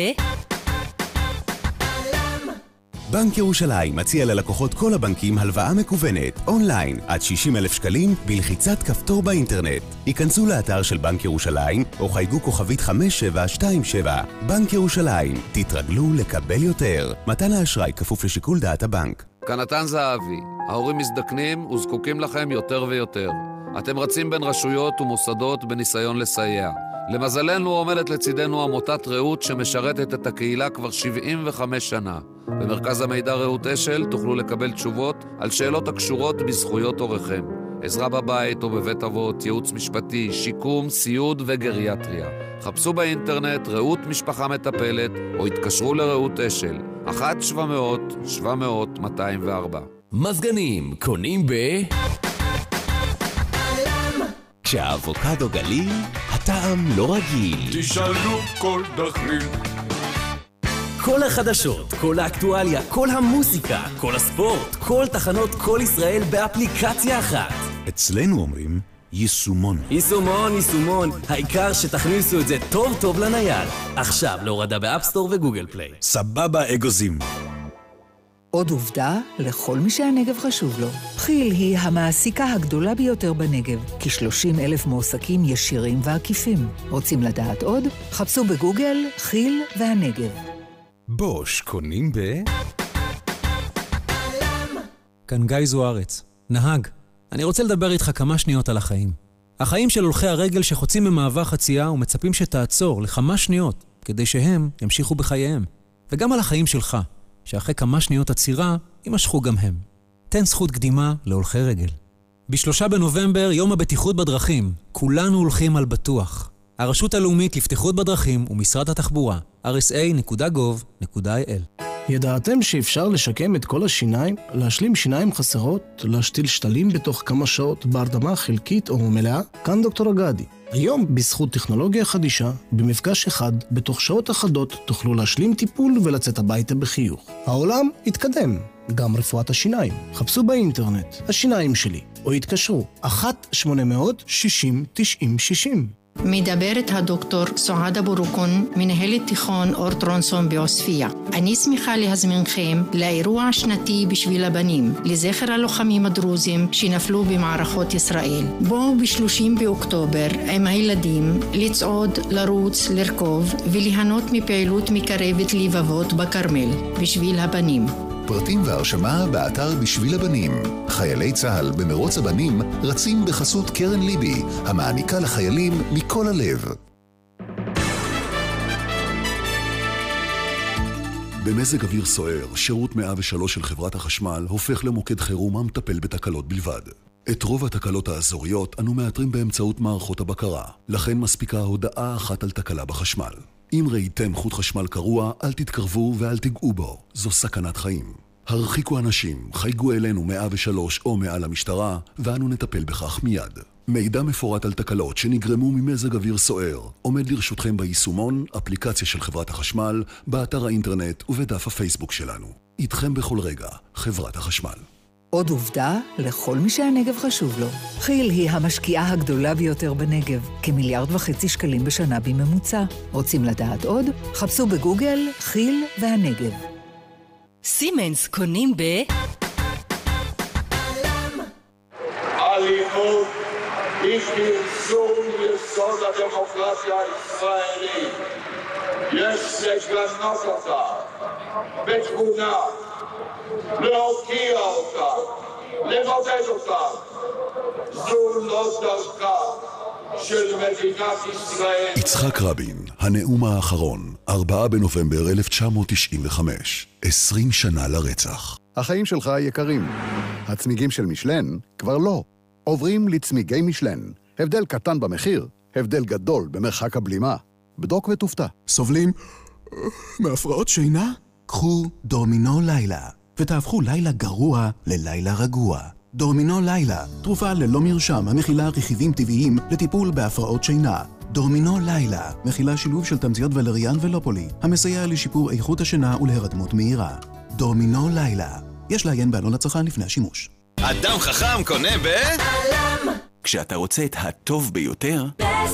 Speaker 8: בנק ירושלים מציע ללקוחות כל הבנקים הלוואה מקוונת, אונליין, עד 60,000 שקלים, בלחיצת כפתור באינטרנט. היכנסו לאתר של בנק ירושלים, או חייגו כוכבית 5727. בנק ירושלים, תתרגלו לקבל יותר. מתן האשראי כפוף לשיקול דעת הבנק.
Speaker 10: קנתן זהבי, ההורים מזדקנים וזקוקים לכם יותר ויותר. אתם רצים בין רשויות ומוסדות בניסיון לסייע. למזלנו עומדת לצידנו עמותת רעות שמשרתת את הקהילה כבר 75 שנה. במרכז המידע רעות אשל תוכלו לקבל תשובות על שאלות הקשורות בזכויות הוריכם. עזרה בבית או בבית אבות, ייעוץ משפטי, שיקום, סיעוד וגריאטריה. חפשו באינטרנט רעות משפחה מטפלת או התקשרו לרעות אשל 1-700-700-204.
Speaker 20: מזגנים קונים כשהאבוקדו גליל, הטעם לא רגיל.
Speaker 11: תשאלו כל דחליל.
Speaker 20: כל החדשות, כל האקטואליה, כל המוסיקה, כל הספורט, כל תחנות כל ישראל באפליקציה אחת.
Speaker 8: אצלנו אומרים יישומון.
Speaker 20: יישומון, העיקר שתכניסו את זה טוב טוב לנייד. עכשיו להורדה באפסטור וגוגל פליי.
Speaker 8: סבבה אגוזים.
Speaker 9: עוד עובדה, לכל מי שהנגב חשוב לו. כי"ל היא המעסיקה הגדולה ביותר בנגב. כ-30,000 מועסקים ישירים ועקיפים. רוצים לדעת עוד? חפשו בגוגל כי"ל והנגב.
Speaker 8: בוש קונים
Speaker 12: כאן גיא זוארץ, נהג. אני רוצה לדבר איתך כמה שניות על החיים. החיים של הולכי הרגל שחוצים במעבר חצייה ומצפים שתעצור לכמה שניות כדי שהם ימשיכו בחייהם. וגם על החיים שלך, שאחרי כמה שניות עצירה יימשכו גם הם. תן זכות קדימה להולכי רגל. ב3 בנובמבר, יום הבטיחות בדרכים. כולנו הולכים על בטוח. הרשות הלאומית לבטיחות בדרכים ומשרד התחבורה, rsa.gov.il.
Speaker 13: ידעתם שאפשר לשקם את כל השיניים, להשלים שיניים חסרות, להשתיל שתלים בתוך כמה שעות בהרדמה חלקית או מלאה? כאן דוקטור אגדי. היום, בזכות טכנולוגיה חדישה, במפגש אחד, בתוך שעות אחדות, תוכלו להשלים טיפול ולצאת הביתה בחיוך. העולם התקדם, גם רפואת השיניים. חפשו באינטרנט, השיניים שלי, או התקשרו, 1-800-60-90-60.
Speaker 14: מדברת הדוקטור סועדה בורוקון, מנהלת תיכון אור טרונסון בעוספיה. אני שמחה להזמינכם לאירוע שנתי בשביל הבנים, לזכר הלוחמים הדרוזים שנפלו במערכות ישראל. בואו ב-30 באוקטובר עם הילדים לצעוד, לרוץ, לרכוב וליהנות מפעילות מקרבת לבבות בכרמל, בשביל הבנים.
Speaker 17: פרטים והרשמה באתר בשביל הבנים. חיילי צה"ל במרוץ הבנים רצים בחסות קרן ליבי, המעניקה לחיילים מכל הלב. במזג אוויר סוער, שירות 103 של חברת החשמל הופך למוקד חירום המטפל בתקלות בלבד. את רוב התקלות האזוריות אנו מאתרים באמצעות מערכות הבקרה, לכן מספיקה הודעה אחת על תקלה בחשמל. אם ראיתם חוט חשמל קרוע, אל תתקרבו ואל תיגעו בו, זו סכנת חיים. הרחיקו אנשים, חייגו אלינו 103 או מעל המשטרה, ואנו נטפל בכך מיד. מידע מפורט על תקלות שנגרמו ממזג אוויר סוער, עומד לרשותכם ביישומון, אפליקציה של חברת החשמל, באתר האינטרנט ובדף הפייסבוק שלנו. איתכם בכל רגע, חברת החשמל.
Speaker 9: עוד עובדה, לכל מי שהנגב חשוב לו. כי"ל היא המשקיעה הגדולה ביותר בנגב, כ1.5 מיליארד שקלים בשנה בממוצע. רוצים לדעת עוד? חפשו בגוגל כי"ל והנגב.
Speaker 28: סימנס קונים
Speaker 11: אלימות היא כרסום יסוד הדמוקרטיה הישראלית. יש לגנות אותה בתבונה, להוקיע אותה, לבודד אותה. זו לא דרכה של מדינת ישראל.
Speaker 17: יצחק רבין, הנאום האחרון, 4 בנובמבר 1995, 20 שנה לרצח.
Speaker 27: החיים שלך יקרים. הצמיגים של משלן כבר לא. עוברים לצמיגי משלן. הבדל קטן במחיר, הבדל גדול במרחק הבלימה. בדוק ותופתע.
Speaker 15: סובלים מהפרעות שינה? קחו דורמינו לילה, ותהפכו לילה גרוע ללילה רגוע. דורמינו לילה, תרופה ללא מרשם המכילה רכיבים טבעיים לטיפול בהפרעות שינה. דורמינו לילה, מכילה שילוב של תמציות ולריאן ולופולי, המסייע לשיפור איכות השינה ולהירדמות מהירה. דורמינו לילה, יש לעיין בעלון לצרכן לפני השימוש.
Speaker 7: אדם חכם קונה כשאתה רוצה את הטוב ביותר,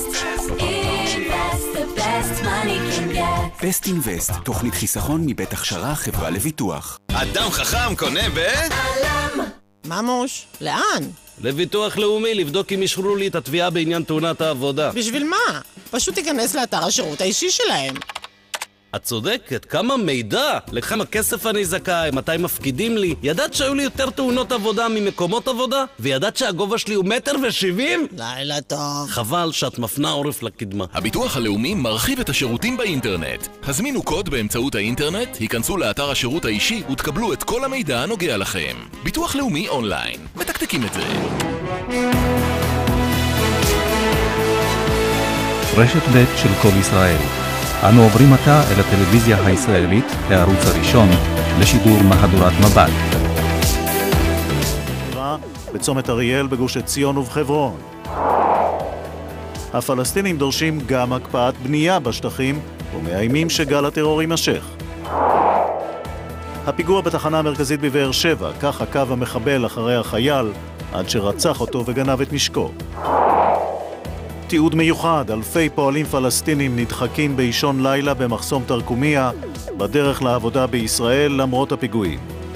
Speaker 7: Best Invest, תוכנית חיסכון מבית הכשרה חברה לביטוח. אדם חכם קונה
Speaker 16: ממוש, לאן?
Speaker 18: לביטוח לאומי, לבדוק אם ישחררו לי את התביעה בעניין תאונת העבודה.
Speaker 16: בשביל מה? פשוט תיכנס לאתר השירות האישי שלהם.
Speaker 18: את צודקת, כמה מידע! לכמה כסף אני זכאי, מתי מפקידים לי? ידעת שהיו לי יותר תאונות עבודה ממקומות עבודה? וידעת שהגובה שלי הוא 1.70 מטר?
Speaker 5: לילה טוב.
Speaker 18: חבל שאת מפנה עורף לקדמה.
Speaker 7: הביטוח הלאומי מרחיב את השירותים באינטרנט. הזמינו קוד באמצעות האינטרנט, היכנסו לאתר השירות האישי ותקבלו את כל המידע הנוגע לכם. ביטוח לאומי אונליין. מתקתקים את זה.
Speaker 2: רשת ב' של כל ישראל. אנו עוברים עתה אל הטלוויזיה הישראלית, הערוץ הראשון, לשידור מהדורת מבט.
Speaker 4: בצומת אריאל בגוש עציון ובחברון. הפלסטינים דורשים גם הקפאת בנייה בשטחים ומאיימים שגל הטרור יימשך. הפיגוע בתחנה המרכזית בבאר שבע, כך עקב המחבל אחרי החייל עד שרצח אותו וגנב את נשקו. תיעוד מיוחד, אלפי פועלים פלסטינים נדחקים באישון לילה במחסום תרקומיה בדרך לעבודה בישראל למרות הפיגועים.